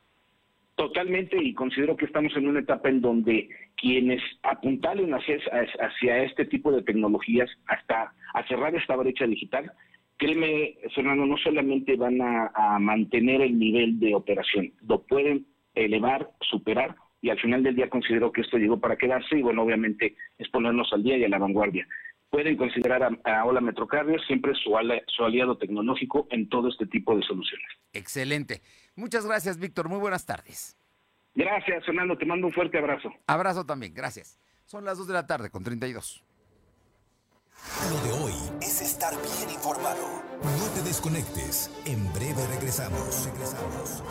Totalmente, y considero que estamos en una etapa en donde quienes apuntalen hacia, hacia este tipo de tecnologías, hasta a cerrar esta brecha digital, créeme, Fernando, no solamente van a, a mantener el nivel de operación, lo pueden elevar, superar, y al final del día considero que esto llegó para quedarse, y bueno, obviamente es ponernos al día y a la vanguardia. Pueden considerar a, a Hola MetroCarrier siempre su, ala, su aliado tecnológico en todo este tipo de soluciones. Excelente. Muchas gracias, Víctor. Muy buenas tardes. Gracias, Fernando. Te mando un fuerte abrazo. Abrazo también. Gracias. Son las dos de la tarde con treinta y dos. Lo de hoy es estar bien informado. No te desconectes. En breve regresamos. Regresamos.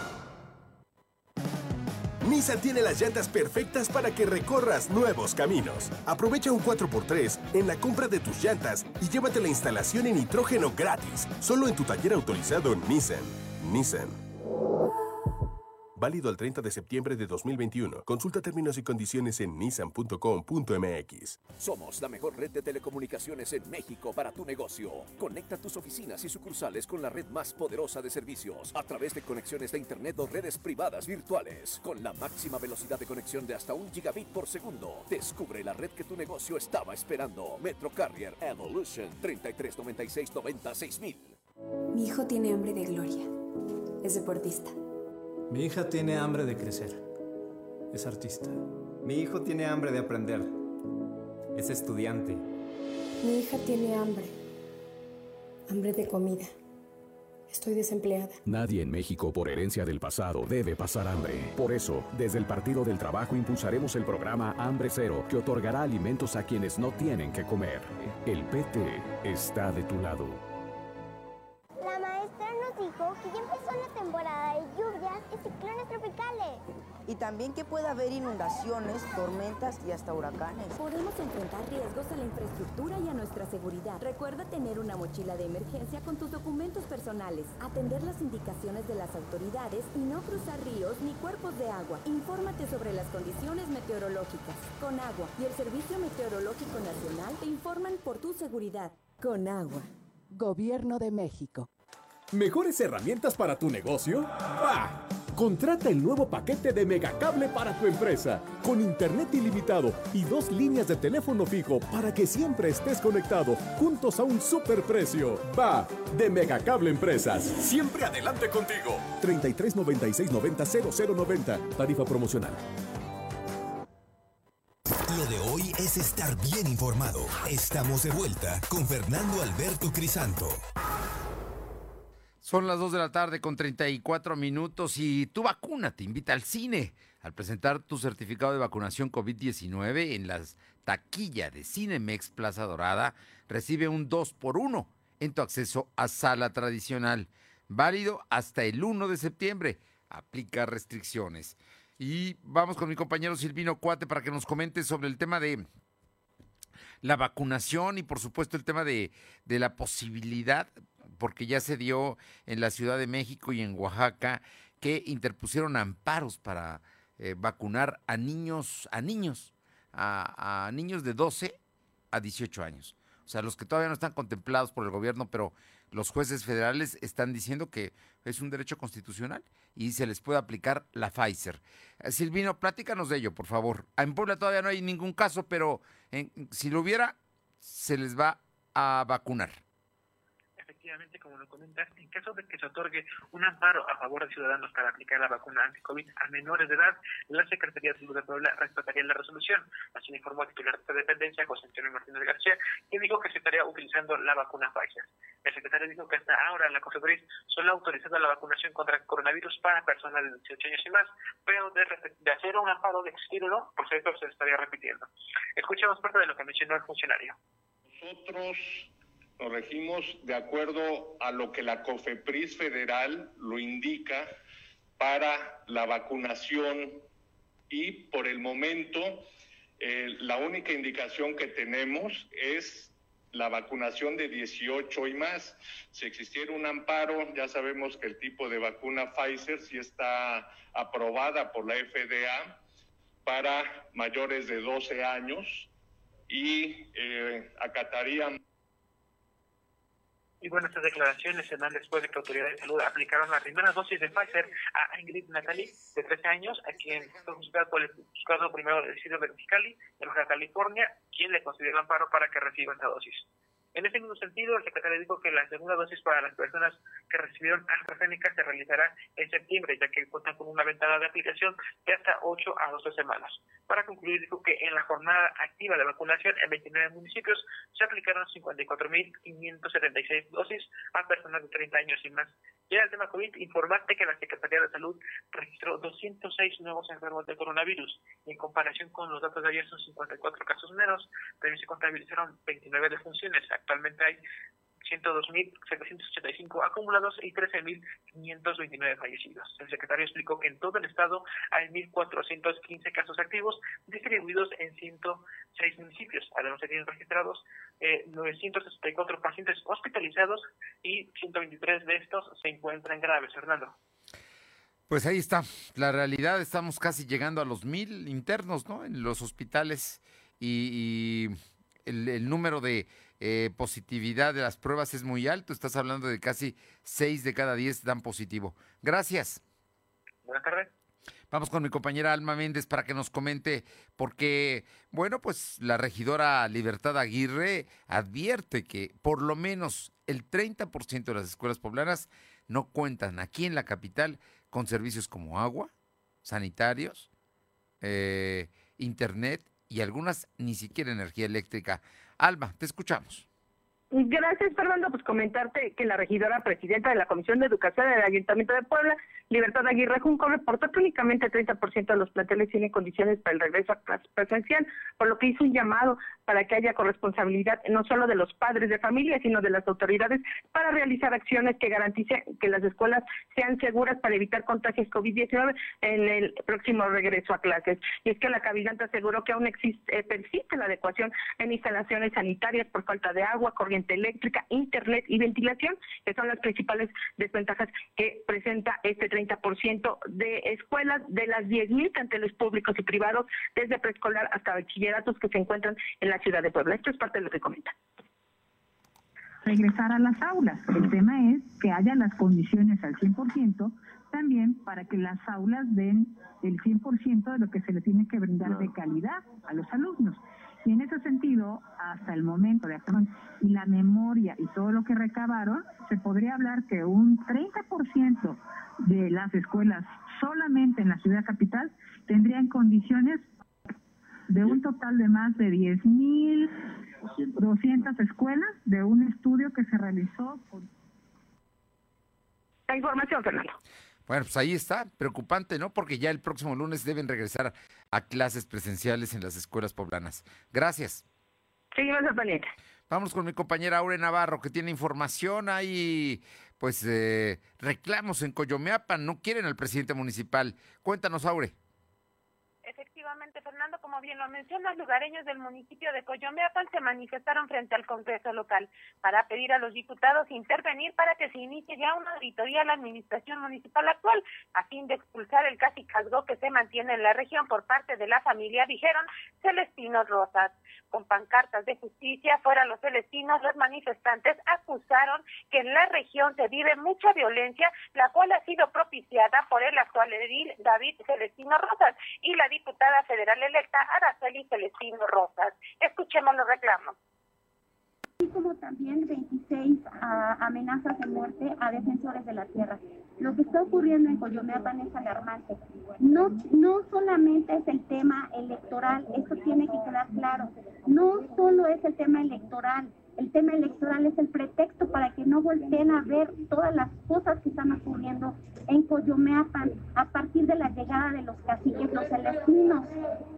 Nissan tiene las llantas perfectas para que recorras nuevos caminos. Aprovecha un cuatro por tres en la compra de tus llantas y llévate la instalación en nitrógeno gratis, solo en tu taller autorizado Nissan. Nissan. Válido al treinta de septiembre de dos mil veintiuno. Consulta términos y condiciones en nissan punto com punto m x. Somos la mejor red de telecomunicaciones en México para tu negocio. Conecta tus oficinas y sucursales con la red más poderosa de servicios a través de conexiones de internet o redes privadas virtuales. Con la máxima velocidad de conexión de hasta un gigabit por segundo. Descubre la red que tu negocio estaba esperando. MetroCarrier Evolution treinta y tres, noventa y seis, noventa, seis mil. Mi hijo tiene hambre de gloria. Es deportista. Mi hija tiene hambre de crecer. Es artista. Mi hijo tiene hambre de aprender. Es estudiante. Mi hija tiene hambre. Hambre de comida. Estoy desempleada. Nadie en México por herencia del pasado debe pasar hambre. Por eso, desde el Partido del Trabajo impulsaremos el programa Hambre Cero, que otorgará alimentos a quienes no tienen que comer. El P T está de tu lado. La maestra nos dijo que ya empezó la temporada de lluvias y ciclones tropicales. Y Y también que pueda haber inundaciones, tormentas y hasta huracanes. Podemos enfrentar riesgos a la infraestructura y a nuestra seguridad. Recuerda tener una mochila de emergencia con tus documentos personales, atender las indicaciones de las autoridades y no cruzar ríos ni cuerpos de agua. Infórmate sobre las condiciones meteorológicas. Conagua y el Servicio Meteorológico Nacional te informan por tu seguridad. Conagua, Gobierno de México. ¿Mejores herramientas para tu negocio? ¡Bah! Contrata el nuevo paquete de Megacable para tu empresa, con internet ilimitado y dos líneas de teléfono fijo para que siempre estés conectado, juntos a un superprecio. ¡Va! De Megacable Empresas. Siempre adelante contigo. treinta y tres noventa y seis noventa cero cero noventa. Tarifa promocional. Lo de hoy es estar bien informado. Estamos de vuelta con Fernando Alberto Crisanto. Son las dos de la tarde con treinta y cuatro minutos y tu vacuna te invita al cine. Al presentar tu certificado de vacunación COVID diecinueve en la taquilla de Cinemex Plaza Dorada, recibe un dos por uno en tu acceso a sala tradicional. Válido hasta el uno de septiembre. Aplica restricciones. Y vamos con mi compañero Silvino Cuate para que nos comente sobre el tema de la vacunación y por supuesto el tema de, de la posibilidad, porque ya se dio en la Ciudad de México y en Oaxaca, que interpusieron amparos para eh, vacunar a niños, a niños, a, a niños de doce a dieciocho años. O sea, los que todavía no están contemplados por el gobierno, pero los jueces federales están diciendo que es un derecho constitucional y se les puede aplicar la Pfizer. Eh, Silvino, platícanos de ello, por favor. En Puebla todavía no hay ningún caso, pero en, si lo hubiera, se les va a vacunar. Efectivamente, como lo comentas, en caso de que se otorgue un amparo a favor de ciudadanos para aplicar la vacuna anti-COVID a menores de edad, la Secretaría de Salud de Puebla respetaría la resolución. Así lo informó el titular de esta dependencia, José Antonio Martínez García, quien dijo que se estaría utilizando la vacuna Pfizer. El secretario dijo que hasta ahora la COFEPRIS solo ha autorizado la vacunación contra el coronavirus para personas de dieciocho años y más, pero de, de hacer un amparo de existir o no, por cierto, se estaría repitiendo. Escuchemos parte de lo que mencionó el funcionario. Nosotros nos regimos de acuerdo a lo que la COFEPRIS federal lo indica para la vacunación y por el momento eh, la única indicación que tenemos es la vacunación de dieciocho y más. Si existiera un amparo, ya sabemos que el tipo de vacuna Pfizer sí está aprobada por la F D A para mayores de doce años y eh, acatarían. Y bueno, estas declaraciones se dan después de que autoridades de salud aplicaron la primera dosis de Pfizer a Ingrid Natalie, de trece años, a quien fue juzgado por el juzgado primero del distrito de Mexicali, de Baja California, quien le concedió el amparo para que reciba esta dosis. En ese mismo sentido, el secretario dijo que la segunda dosis para las personas que recibieron AstraZeneca se realizará en septiembre, ya que cuentan con una ventana de aplicación de hasta ocho a doce semanas. Para concluir, dijo que en la jornada activa de vacunación en veintinueve municipios se aplicaron cincuenta y cuatro mil quinientas setenta y seis dosis a personas de treinta años y más. Ya en el tema COVID, informarte que la Secretaría de Salud registró doscientos seis nuevos enfermos de coronavirus. Y en comparación con los datos de ayer son cincuenta y cuatro casos menos, también se contabilizaron veintinueve defunciones. Actualmente hay ciento dos mil setecientos ochenta y cinco acumulados y trece mil quinientos veintinueve fallecidos. El secretario explicó que en todo el estado hay mil cuatrocientos quince casos activos distribuidos en ciento seis municipios. Además se tienen registrados eh, novecientos sesenta y cuatro pacientes hospitalizados y ciento veintitrés de estos se encuentran graves. Fernando. Pues ahí está, la realidad, estamos casi llegando a los mil internos, ¿no? En los hospitales y, y el, el número de eh, positividad de las pruebas es muy alto, estás hablando de casi seis de cada diez dan positivo. Gracias. Buenas tardes. Vamos con mi compañera Alma Méndez para que nos comente, porque, bueno, pues la regidora Libertad Aguirre advierte que por lo menos el treinta por ciento de las escuelas poblanas no cuentan aquí en la capital con servicios como agua, sanitarios, eh, internet y algunas ni siquiera energía eléctrica. Alma, te escuchamos. Gracias, Fernando. Pues comentarte que la regidora presidenta de la Comisión de Educación del Ayuntamiento de Puebla, Libertad Aguirre Junco, reportó que únicamente treinta por ciento de los planteles tienen condiciones para el regreso a clases presencial, por lo que hizo un llamado para que haya corresponsabilidad no solo de los padres de familia, sino de las autoridades para realizar acciones que garanticen que las escuelas sean seguras para evitar contagios COVID diecinueve en el próximo regreso a clases. Y es que la cabilante aseguró que aún existe, eh, persiste la adecuación en instalaciones sanitarias por falta de agua, corriente eléctrica, internet y ventilación, que son las principales desventajas que presenta este treinta por ciento de escuelas de las diez mil planteles públicos y privados, desde preescolar hasta bachilleratos que se encuentran en la ciudad de Puebla. Esto es parte de lo que comenta. Regresar a las aulas. El tema es que haya las condiciones al cien por ciento también para que las aulas den el cien por ciento de lo que se le tiene que brindar de calidad a los alumnos. Y en ese sentido, hasta el momento de acción y la memoria y todo lo que recabaron, se podría hablar que un treinta por ciento de las escuelas solamente en la ciudad capital tendrían condiciones de un total de más de diez mil doscientas escuelas de un estudio que se realizó. Con... La información, Fernando. Bueno, pues ahí está, preocupante, ¿no? Porque ya el próximo lunes deben regresar a clases presenciales en las escuelas poblanas. Gracias. Seguimos al pendiente. Vamos con mi compañera Aure Navarro, que tiene información. Hay, pues, eh, reclamos en Coyomeapan. No quieren al presidente municipal. Cuéntanos, Aure. Efectivamente, Fernando, como bien lo mencionas, lugareños del municipio de Coyomeapan se manifestaron frente al Congreso local para pedir a los diputados intervenir para que se inicie ya una auditoría a la administración municipal actual, a fin de expulsar el cacicazgo que se mantiene en la región por parte de la familia, dijeron Celestinos Rosas. Con pancartas de justicia fuera los celestinos, los manifestantes acusaron que en la región se vive mucha violencia, la cual ha sido propiciada por el actual edil David Celestino Rosas y la diputada federal electa Araceli Celestino Rosas. Escuchemos los reclamos. Así como también veintiséis uh, amenazas de muerte a defensores de la tierra. Lo que está ocurriendo en Coyomeapan es alarmante. No, no solamente es el tema electoral, eso tiene que quedar claro. No solo es el tema electoral, el tema electoral es el pretexto para que no volteen a ver todas las cosas que están ocurriendo en Coyomeapan a partir de la llegada de los caciques, los celestinos.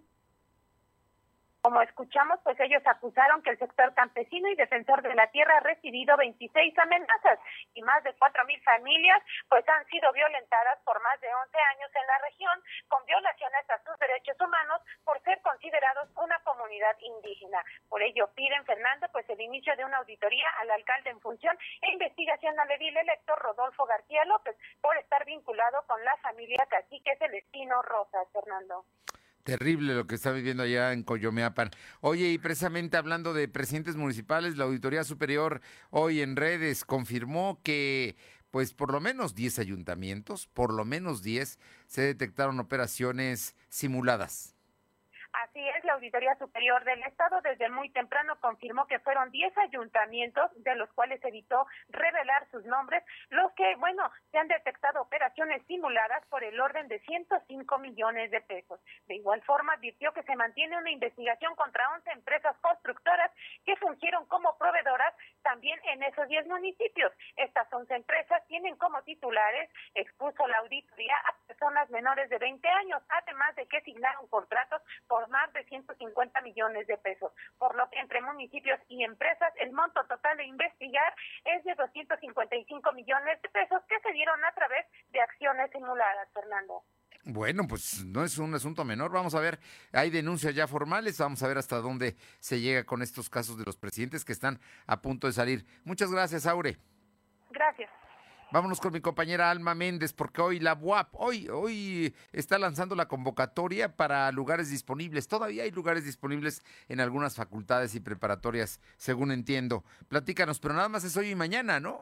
Como escuchamos, pues ellos acusaron que el sector campesino y defensor de la tierra ha recibido veintiséis amenazas y más de cuatro mil familias pues han sido violentadas por más de once años en la región, con violaciones a sus derechos humanos por ser considerados una comunidad indígena. Por ello piden, Fernando, pues el inicio de una auditoría al alcalde en función e investigación al edil electo Rodolfo García López por estar vinculado con la familia cacique Celestino Rosas, Fernando. Terrible lo que está viviendo allá en Coyomeapan. Oye, y precisamente hablando de presidentes municipales, la Auditoría Superior hoy en redes confirmó que pues por lo menos diez ayuntamientos, por lo menos diez, se detectaron operaciones simuladas. Así es, la Auditoría Superior del Estado desde muy temprano confirmó que fueron diez ayuntamientos, de los cuales evitó revelar sus nombres, los que, bueno, se han detectado operaciones simuladas por el orden de ciento cinco millones de pesos. De igual forma, advirtió que se mantiene una investigación contra once empresas constructoras que fungieron como proveedoras también en esos diez municipios. Estas once empresas tienen como titulares, expuso la auditoría, a personas menores de veinte años, además de que signaron contratos por más de ciento cincuenta millones de pesos, por lo que entre municipios y empresas el monto total de investigar es de doscientos cincuenta y cinco millones de pesos que se dieron a través de acciones simuladas, Fernando. Bueno, pues no es un asunto menor, vamos a ver, hay denuncias ya formales, vamos a ver hasta dónde se llega con estos casos de los presidentes que están a punto de salir. Muchas gracias, Aure. Gracias. Vámonos con mi compañera Alma Méndez, porque hoy la U A P, hoy, hoy está lanzando la convocatoria para lugares disponibles. Todavía hay lugares disponibles en algunas facultades y preparatorias, según entiendo. Platícanos, pero nada más es hoy y mañana, ¿no?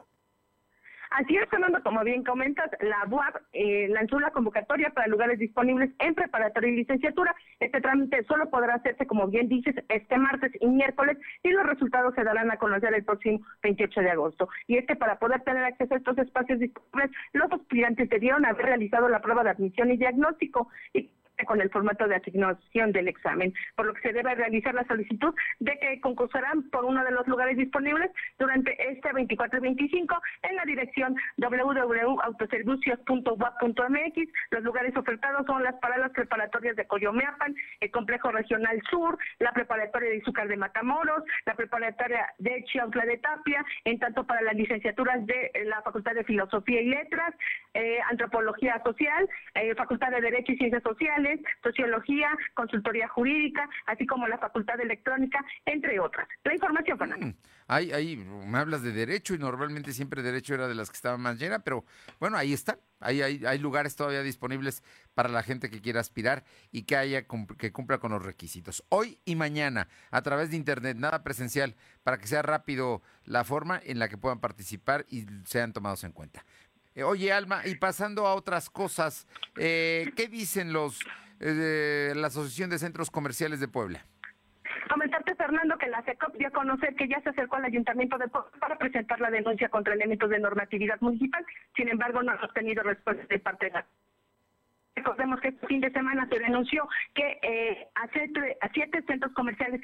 Así es, Fernando, como bien comentas, la U A P eh, lanzó la convocatoria para lugares disponibles en preparatoria y licenciatura. Este trámite solo podrá hacerse, como bien dices, este martes y miércoles, y los resultados se darán a conocer el próximo veintiocho de agosto. Y es que para poder tener acceso a estos espacios disponibles, los aspirantes debieron haber realizado la prueba de admisión y diagnóstico, y con el formato de asignación del examen, por lo que se debe realizar la solicitud de que concursarán por uno de los lugares disponibles durante este veinticuatro y veinticinco en la dirección doble u doble u doble u punto autoservicios punto u a p punto m x. Los lugares ofertados son las paradas preparatorias de Coyomeapan, el Complejo Regional Sur, la preparatoria de Izúcar de Matamoros, la preparatoria de Chiautla de Tapia, en tanto para las licenciaturas de la Facultad de Filosofía y Letras, eh, Antropología Social, eh, Facultad de Derecho y Ciencias Sociales, Sociología, Consultoría Jurídica, así como la Facultad de Electrónica, entre otras. La información, Fernando. Mm, ahí, ahí me hablas de derecho y normalmente siempre derecho era de las que estaban más llenas, pero bueno, ahí están. Ahí hay, hay lugares todavía disponibles para la gente que quiera aspirar y que haya que cumpla con los requisitos. Hoy y mañana, a través de internet, nada presencial, para que sea rápido la forma en la que puedan participar y sean tomados en cuenta. Eh, oye, Alma, y pasando a otras cosas, eh, ¿qué dicen los eh, la Asociación de Centros Comerciales de Puebla? Comentarte, Fernando, que la SECOP dio a conocer que ya se acercó al Ayuntamiento de Puebla para presentar la denuncia contra elementos de normatividad municipal. Sin embargo, no ha obtenido respuesta de parte de la... Recordemos que este fin de semana se denunció que eh, a, siete, a siete centros comerciales...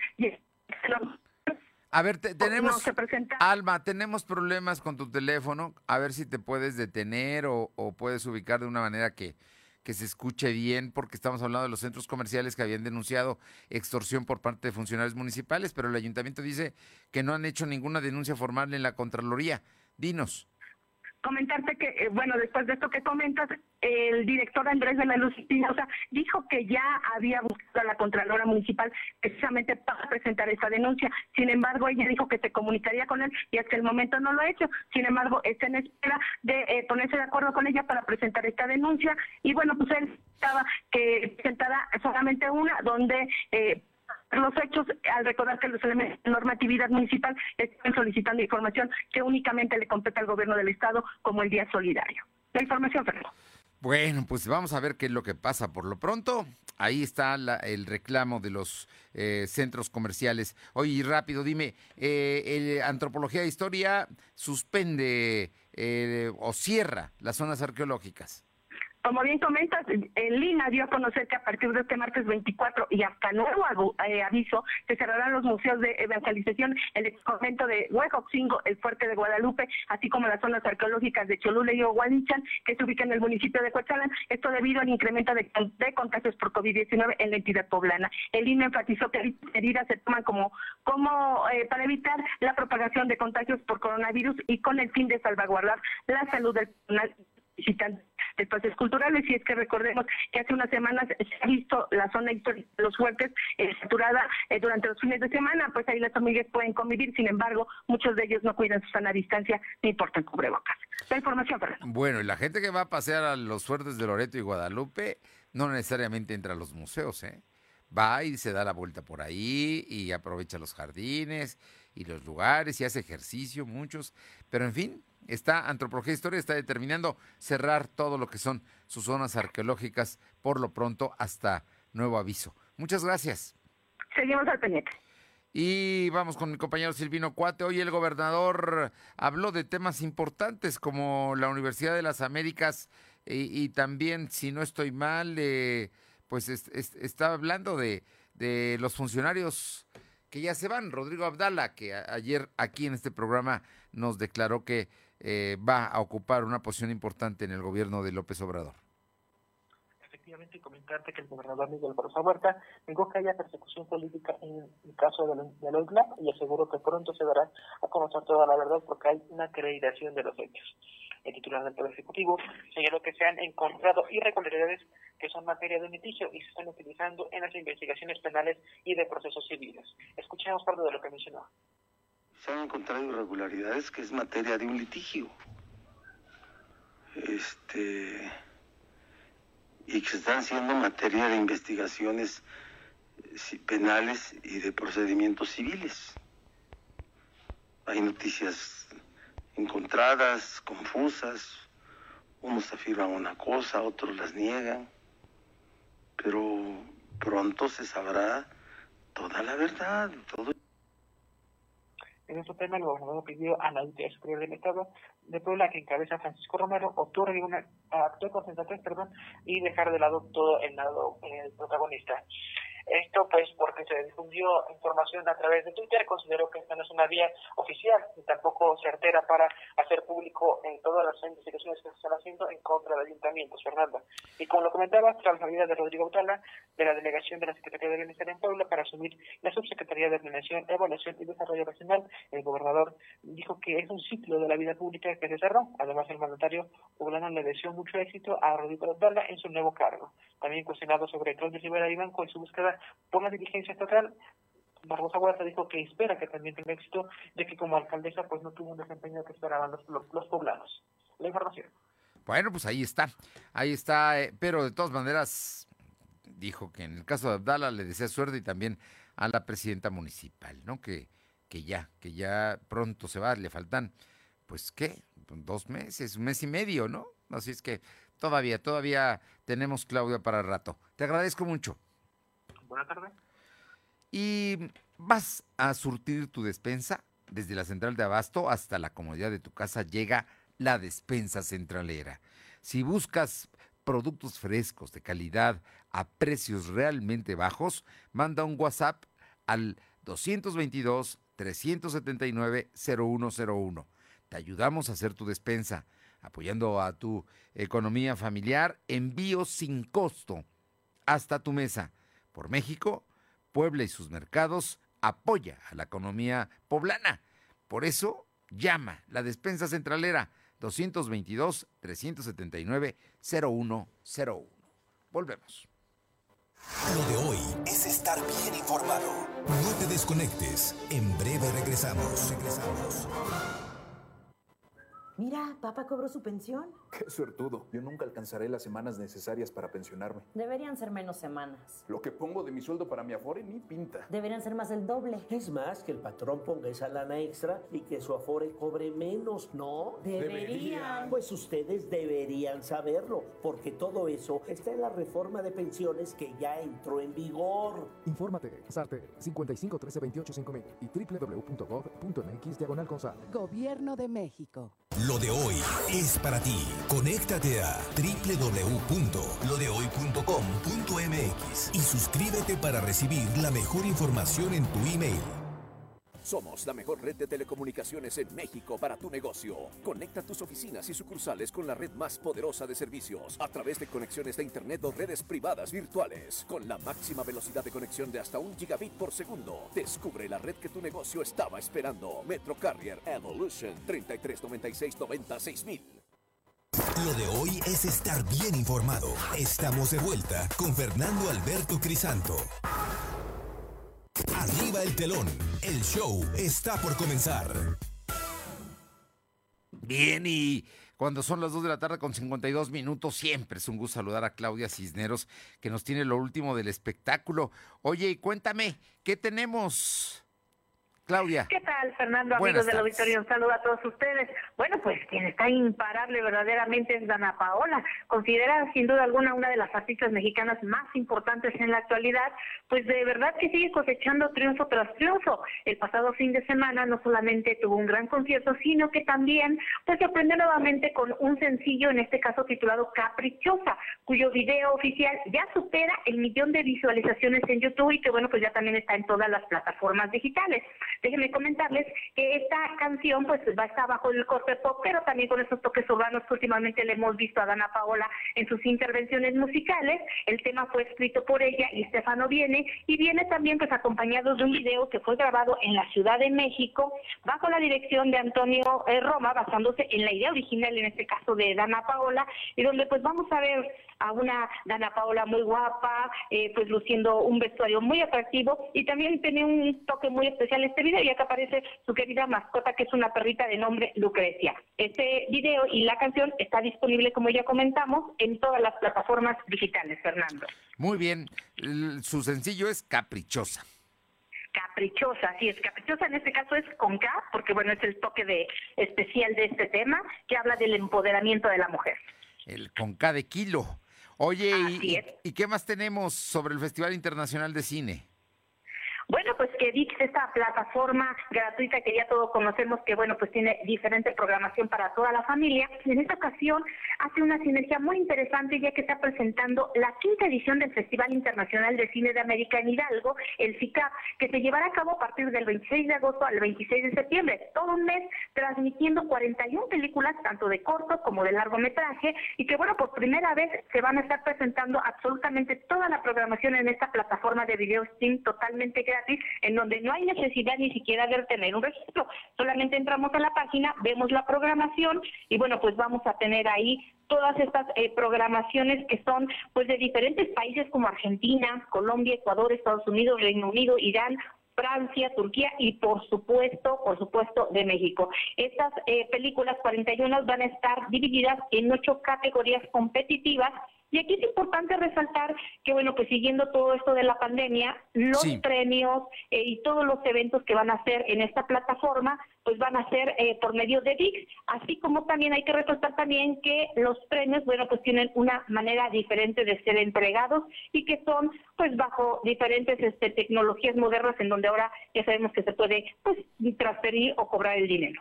A ver, te, tenemos... No se presenta. Alma, tenemos problemas con tu teléfono. A ver si te puedes detener o, o puedes ubicar de una manera que... que se escuche bien, porque estamos hablando de los centros comerciales que habían denunciado extorsión por parte de funcionarios municipales, pero el ayuntamiento dice que no han hecho ninguna denuncia formal en la Contraloría. Dinos. Comentarte que, eh, bueno, después de esto que comentas, el director Andrés de la Luz Espinosa dijo que ya había buscado a la Contralora Municipal precisamente para presentar esta denuncia. Sin embargo, ella dijo que se comunicaría con él y hasta el momento no lo ha hecho. Sin embargo, está en espera de eh, ponerse de acuerdo con ella para presentar esta denuncia. Y bueno, pues él estaba que presentara solamente una donde... Eh, los hechos, al recordar que los elementos de normatividad municipal están solicitando información que únicamente le compete al gobierno del estado, como el Día Solidario. La información, Fernando. Bueno, pues vamos a ver qué es lo que pasa. Por lo pronto, ahí está la, el reclamo de los eh, centros comerciales. Oye, rápido, dime, eh, el Antropología e Historia suspende eh, o cierra las zonas arqueológicas. Como bien comentas, el Lina dio a conocer que a partir de este martes veinticuatro y hasta nuevo eh, aviso, se cerrarán los museos de evangelización, el ex convento de Huejotzingo, el Fuerte de Guadalupe, así como las zonas arqueológicas de Cholula y Ohualichan, que se ubican en el municipio de Cuetzalan, esto debido al incremento de, de contagios por COVID diecinueve en la entidad poblana. El I N E enfatizó que estas medidas se toman como, como eh, para evitar la propagación de contagios por coronavirus y con el fin de salvaguardar la salud del personal visitantes de espacios culturales. Y es que recordemos que hace unas semanas se ha visto la zona histórica de Los Fuertes eh, saturada eh, durante los fines de semana, pues ahí las familias pueden convivir, sin embargo, muchos de ellos no cuidan su sana distancia ni portan cubrebocas. La información, Fernando. Bueno, y la gente que va a pasear a Los Fuertes de Loreto y Guadalupe no necesariamente entra a los museos, ¿eh? Va y se da la vuelta por ahí y aprovecha los jardines y los lugares y hace ejercicio, muchos, pero en fin, está Antropología e Historia está determinando cerrar todo lo que son sus zonas arqueológicas por lo pronto hasta nuevo aviso. Muchas gracias. Seguimos al pendiente. Y vamos con mi compañero Silvino Cuate. Hoy el gobernador habló de temas importantes como la Universidad de las Américas y, y también, si no estoy mal, eh, pues es, es, está hablando de, de los funcionarios que ya se van. Rodrigo Abdala, que a, ayer aquí en este programa nos declaró que eh, va a ocupar una posición importante en el gobierno de López Obrador. Efectivamente, comentarte que el gobernador Miguel Barroso Huerta negó que haya persecución política en el caso del, del O I G L A P y aseguró que pronto se dará a conocer toda la verdad porque hay una acreditación de los hechos. El titular del Poder Ejecutivo señaló que se han encontrado irregularidades que son materia de litigio y se están utilizando en las investigaciones penales y de procesos civiles. Escuchemos parte de lo que mencionó. Se han encontrado irregularidades que es materia de un litigio. Este... y que están siendo materia de investigaciones penales y de procedimientos civiles. Hay noticias encontradas, confusas, unos afirman una cosa, otros las niegan, pero pronto se sabrá toda la verdad, todo. En este tema, el gobernador pidió a la Auditoría Superior del Estado de Puebla, que encabeza Francisco Romero, otorgue una actúe con sensatez, perdón, y dejar de lado todo el lado eh, protagonista. Esto pues porque se difundió información a través de Twitter. Considero que esta no es una vía oficial ni tampoco certera para hacer público en todas las investigaciones que se están haciendo en contra de ayuntamientos, Fernanda. Y como lo comentaba, tras la salida de Rodrigo Autala de la delegación de la Secretaría de Bienestar en Puebla para asumir la Subsecretaría de Planeación, Evaluación y Desarrollo Regional, el gobernador dijo que es un ciclo de la vida pública que se cerró. Además, el mandatario poblano le deseó mucho éxito a Rodrigo Autala en su nuevo cargo. También cuestionado sobre Claudio Rivera Vivanco y su búsqueda por la dirigencia estatal, Barbosa Huerta dijo que espera que también tenga éxito, ya que como alcaldesa pues no tuvo un desempeño que esperaban los, los, los poblanos. La información. Bueno, pues ahí está, ahí está, eh, pero de todas maneras dijo que en el caso de Abdala le desea suerte y también a la presidenta municipal, ¿no? Que, que ya, que ya pronto se va, le faltan, pues, ¿qué? Dos meses, un mes y medio, ¿no? Así es que todavía, todavía tenemos, Claudia, para rato. Te agradezco mucho. Buenas tardes. Y vas a surtir tu despensa desde la central de abasto hasta la comodidad de tu casa. Llega la despensa centralera. Si buscas productos frescos de calidad a precios realmente bajos, manda un WhatsApp al dos veintidós, trescientos setenta y nueve, cero uno cero uno. Te ayudamos a hacer tu despensa, apoyando a tu economía familiar. Envío sin costo hasta tu mesa. Por México, Puebla y sus mercados, apoya a la economía poblana. Por eso, llama la despensa centralera dos veintidós, trescientos setenta y nueve, cero uno cero uno. Volvemos. Lo de hoy es estar bien informado. No te desconectes. En breve regresamos. Regresamos. Mira, papá cobró su pensión. Qué suertudo. Yo nunca alcanzaré las semanas necesarias para pensionarme. Deberían ser menos semanas. Lo que pongo de mi sueldo para mi Afore ni pinta. Deberían ser más del doble. Es más, que el patrón ponga esa lana extra y que su Afore cobre menos, ¿no? Deberían. Pues ustedes deberían saberlo, porque todo eso está en la reforma de pensiones que ya entró en vigor. Infórmate, SARTE cincuenta y cinco trece veintiocho cinco mil y doble u doble u doble u punto gov punto m x diagonal con SAR. Gobierno de México. Lo de hoy es para ti. Conéctate a doble u doble u doble u punto lo de hoy punto com punto m x y suscríbete para recibir la mejor información en tu email. Somos la mejor red de telecomunicaciones en México para tu negocio. Conecta tus oficinas y sucursales con la red más poderosa de servicios a través de conexiones de internet o redes privadas virtuales con la máxima velocidad de conexión de hasta un gigabit por segundo. Descubre la red que tu negocio estaba esperando. Metro Carrier Evolution treinta y tres noventa y seis noventa seis mil. Lo de hoy es estar bien informado. Estamos de vuelta con Fernando Alberto Crisanto. Arriba el telón, el show está por comenzar. Bien, y cuando son las dos de la tarde con cincuenta y dos minutos, siempre es un gusto saludar a Claudia Cisneros, que nos tiene lo último del espectáculo. Oye, y cuéntame, ¿qué tenemos, Claudia? ¿Qué tal, Fernando, Buenas amigos del tardes. auditorio? Un saludo a todos ustedes. Bueno, pues quien está imparable verdaderamente es Dana Paola, considerada sin duda alguna una de las artistas mexicanas más importantes en la actualidad, pues de verdad que sigue cosechando triunfo tras triunfo. El pasado fin de semana no solamente tuvo un gran concierto, sino que también pues sorprendió nuevamente con un sencillo, en este caso titulado Caprichosa, cuyo video oficial ya supera el millón de visualizaciones en YouTube y que bueno, pues ya también está en todas las plataformas digitales. Déjenme comentarles que esta canción pues va a estar bajo el corte pop, pero también con esos toques urbanos que últimamente le hemos visto a Dana Paola en sus intervenciones musicales. El tema fue escrito por ella y Stefano Viene, y viene también pues acompañado de un video que fue grabado en la Ciudad de México bajo la dirección de Antonio eh, Roma, basándose en la idea original, en este caso de Dana Paola, y donde pues vamos a ver a una Dana Paola muy guapa, eh, pues luciendo un vestuario muy atractivo, y también tiene un toque muy especial este video, ya que aparece su querida mascota, que es una perrita de nombre Lucrecia. Este video y la canción está disponible, como ya comentamos, en todas las plataformas digitales, Fernando. Muy bien, el- su sencillo es Caprichosa. Caprichosa, así es, Caprichosa en este caso es con K, porque bueno, es el toque de especial de este tema, que habla del empoderamiento de la mujer. El con K de kilo. Oye, Así y, es. ¿y qué más tenemos sobre el Festival Internacional de Cine? Bueno, pues que ViX, esta plataforma gratuita que ya todos conocemos, que bueno, pues tiene diferente programación para toda la familia, en esta ocasión hace una sinergia muy interesante, ya que está presentando la quinta edición del Festival Internacional de Cine de América en Hidalgo, el FICAP, que se llevará a cabo a partir del veintiséis de agosto al veintiséis de septiembre, todo un mes transmitiendo cuarenta y una películas, tanto de corto como de largometraje, y que bueno, por primera vez se van a estar presentando absolutamente toda la programación en esta plataforma de video stream totalmente gratis, en donde no hay necesidad ni siquiera de tener un registro, solamente entramos a la página, vemos la programación y bueno, pues vamos a tener ahí todas estas eh, programaciones que son pues de diferentes países como Argentina, Colombia, Ecuador, Estados Unidos, Reino Unido, Irán, Francia, Turquía y por supuesto, por supuesto de México. Estas eh, películas cuarenta y uno van a estar divididas en ocho categorías competitivas. Y aquí es importante resaltar que, bueno, pues siguiendo todo esto de la pandemia, los sí. premios eh, y todos los eventos que van a hacer en esta plataforma, pues van a ser eh, por medio de ViX, así como también hay que resaltar también que los premios, bueno, pues tienen una manera diferente de ser entregados y que son, pues, bajo diferentes este, tecnologías modernas en donde ahora ya sabemos que se puede, pues, transferir o cobrar el dinero.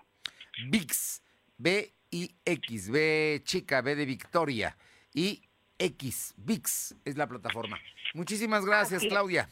ViX, B I X, B chica, B de Victoria, y X, ViX es la plataforma. Muchísimas gracias, Así. Claudia.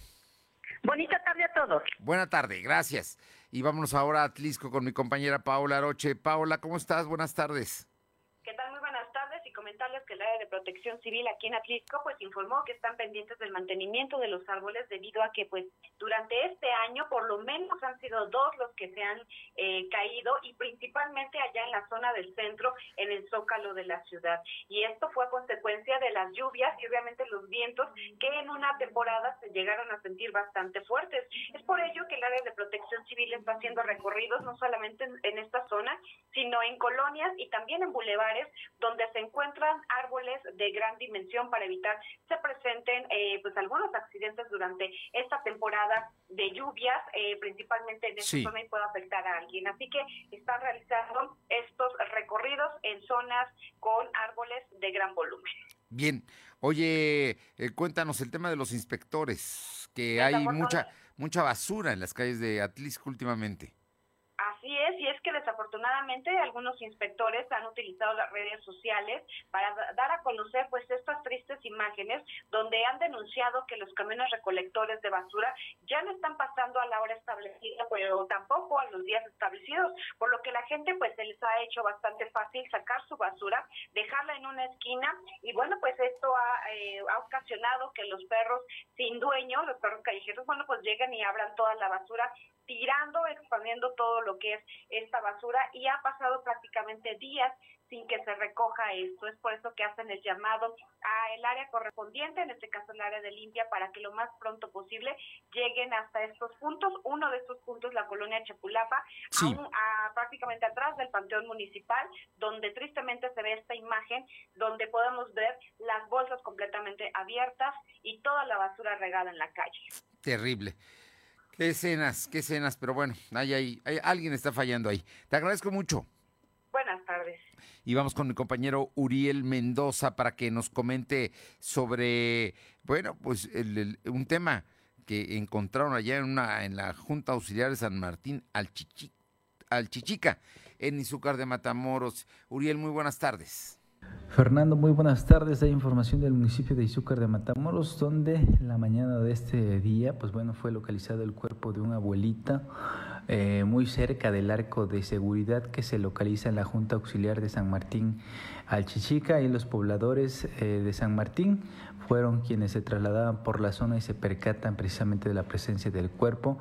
Bonita tarde a todos. Buena tarde, gracias. Y vámonos ahora a Atlixco con mi compañera Paola Aroche. Paola, ¿cómo estás? Buenas tardes. ¿Qué tal? Muy buenas tardes, y comentarles que el área de protección civil aquí en Atlixco pues informó que están pendientes del mantenimiento de los árboles debido a que pues durante este año por lo menos han sido dos los que se han eh, caído, y principalmente allá en la zona del centro, en el zócalo de la ciudad. Y esto fue a consecuencia de las lluvias y obviamente los vientos que en una temporada se llegaron a sentir bastante fuertes. Es por ello que el área de protección civil está haciendo recorridos no solamente en, en esta zona, sino en colonias y también en bulevares donde se encuentran árboles de gran dimensión para evitar se presenten eh, pues algunos accidentes durante esta temporada de lluvias, eh, principalmente en esta sí. zona, y puede afectar a alguien. Así que están realizando estos recorridos en zonas con árboles de gran volumen. Bien. Oye, eh, cuéntanos el tema de los inspectores, que hay mucha mucha basura en las calles de Atlixco últimamente. Así es, y es que desafortunadamente algunos inspectores han utilizado las redes sociales para dar a conocer pues estas tristes imágenes donde han denunciado que los camiones recolectores de basura ya no están pasando a la hora establecida, pero tampoco a los días establecidos, por lo que la gente pues se les ha hecho bastante fácil sacar su basura, dejarla en una esquina, y bueno, pues esto ha, eh, ha ocasionado que los perros sin dueño, los perros callejeros, bueno, pues llegan y abran toda la basura, tirando, expandiendo todo lo que es esta basura, y ha pasado prácticamente días sin que se recoja esto. Es por eso que hacen el llamado a el área correspondiente, en este caso el área de limpia, para que lo más pronto posible lleguen hasta estos puntos. Uno de estos puntos, la colonia Chapulapa, sí. a un, a, prácticamente atrás del Panteón Municipal, donde tristemente se ve esta imagen, donde podemos ver las bolsas completamente abiertas y toda la basura regada en la calle. Terrible. Qué escenas, qué escenas, pero bueno, hay, hay, hay, alguien está fallando ahí. Te agradezco mucho. Buenas tardes. Y vamos con mi compañero Uriel Mendoza para que nos comente sobre, bueno, pues el, el, un tema que encontraron allá en una en la Junta Auxiliar de San Martín Alchichi, Alchichica, en Izúcar de Matamoros. Uriel, muy buenas tardes. Fernando, muy buenas tardes. Hay información del municipio de Izúcar de Matamoros, donde la mañana de este día, pues bueno, fue localizado el cuerpo de una abuelita eh, muy cerca del arco de seguridad que se localiza en la Junta Auxiliar de San Martín Alchichica, y los pobladores eh, de San Martín fueron quienes se trasladaban por la zona y se percatan precisamente de la presencia del cuerpo,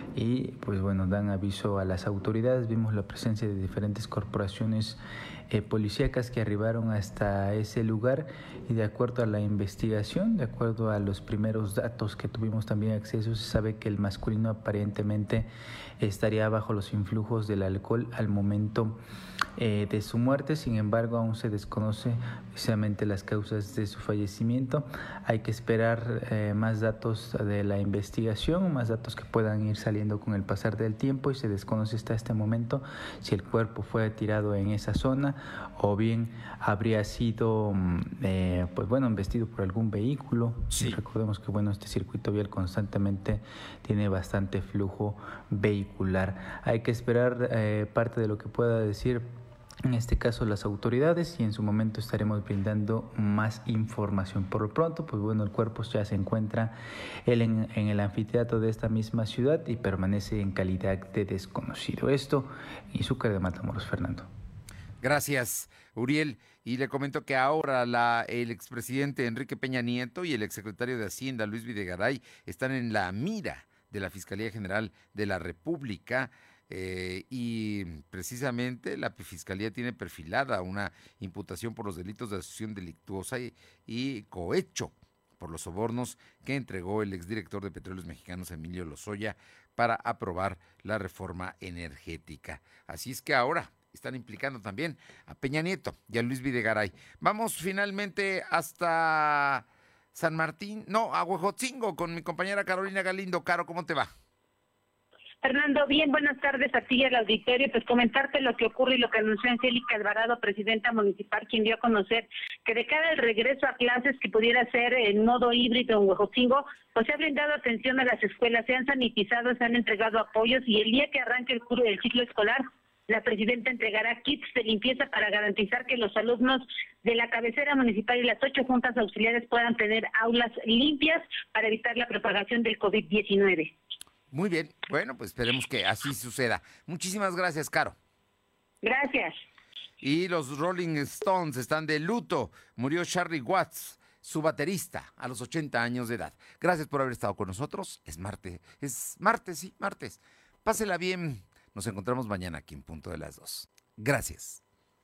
y pues bueno, dan aviso a las autoridades. Vimos la presencia de diferentes corporaciones eh, policíacas que arribaron hasta ese lugar, y de acuerdo a la investigación, de acuerdo a los primeros datos que tuvimos también acceso, se sabe que el masculino aparentemente estaría bajo los influjos del alcohol al momento eh, de su muerte. Sin embargo, aún se desconoce precisamente las causas de su fallecimiento. Hay que esperar eh, más datos de la investigación, más datos que puedan ir saliendo con el pasar del tiempo, y se desconoce hasta este momento si el cuerpo fue tirado en esa zona o bien habría sido eh, pues bueno, embestido por algún vehículo. Sí. Recordemos que bueno, este circuito vial constantemente tiene bastante flujo vehicular. Hay que esperar eh, parte de lo que pueda decir en este caso las autoridades, y en su momento estaremos brindando más información. Por lo pronto, pues bueno, el cuerpo ya se encuentra él en, en el anfiteatro de esta misma ciudad y permanece en calidad de desconocido. Esto en Izúcar de Matamoros, Fernando. Gracias, Uriel. Y le comento que ahora la, el expresidente Enrique Peña Nieto y el exsecretario de Hacienda, Luis Videgaray, están en la mira de la Fiscalía General de la República. Eh, y precisamente la Fiscalía tiene perfilada una imputación por los delitos de asociación delictuosa y, y cohecho por los sobornos que entregó el exdirector de Petróleos Mexicanos, Emilio Lozoya, para aprobar la reforma energética. Así es que ahora están implicando también a Peña Nieto y a Luis Videgaray. Vamos finalmente hasta San Martín, no, a Huejotzingo, con mi compañera Carolina Galindo. Caro, ¿cómo te va? Fernando, bien, buenas tardes a ti y al auditorio. Pues comentarte lo que ocurre y lo que anunció Angélica Alvarado, presidenta municipal, quien dio a conocer que de cara al regreso a clases que pudiera ser en modo híbrido en Huejotzingo, pues se ha brindado atención a las escuelas, se han sanitizado, se han entregado apoyos, y el día que arranque el, el ciclo escolar, la presidenta entregará kits de limpieza para garantizar que los alumnos de la cabecera municipal y las ocho juntas auxiliares puedan tener aulas limpias para evitar la propagación del COVID diecinueve. Muy bien, bueno, pues esperemos que así suceda. Muchísimas gracias, Caro. Gracias. Y los Rolling Stones están de luto. Murió Charlie Watts, su baterista, a los ochenta años de edad. Gracias por haber estado con nosotros. Es martes, es martes, sí, martes. Pásela bien. Nos encontramos mañana aquí en punto de las dos. Gracias.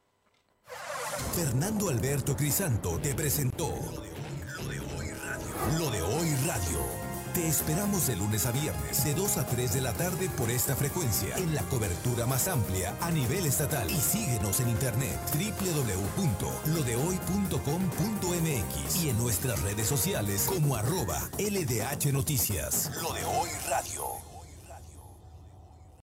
Fernando Alberto Crisanto te presentó Lo de Hoy Radio. Lo de Hoy Radio. Te esperamos de lunes a viernes, de dos a tres de la tarde por esta frecuencia, en la cobertura más amplia a nivel estatal. Y síguenos en internet, doble u doble u doble u punto lo de hoy punto com punto m x, y en nuestras redes sociales como arroba L D H Noticias. Lo de Hoy Radio.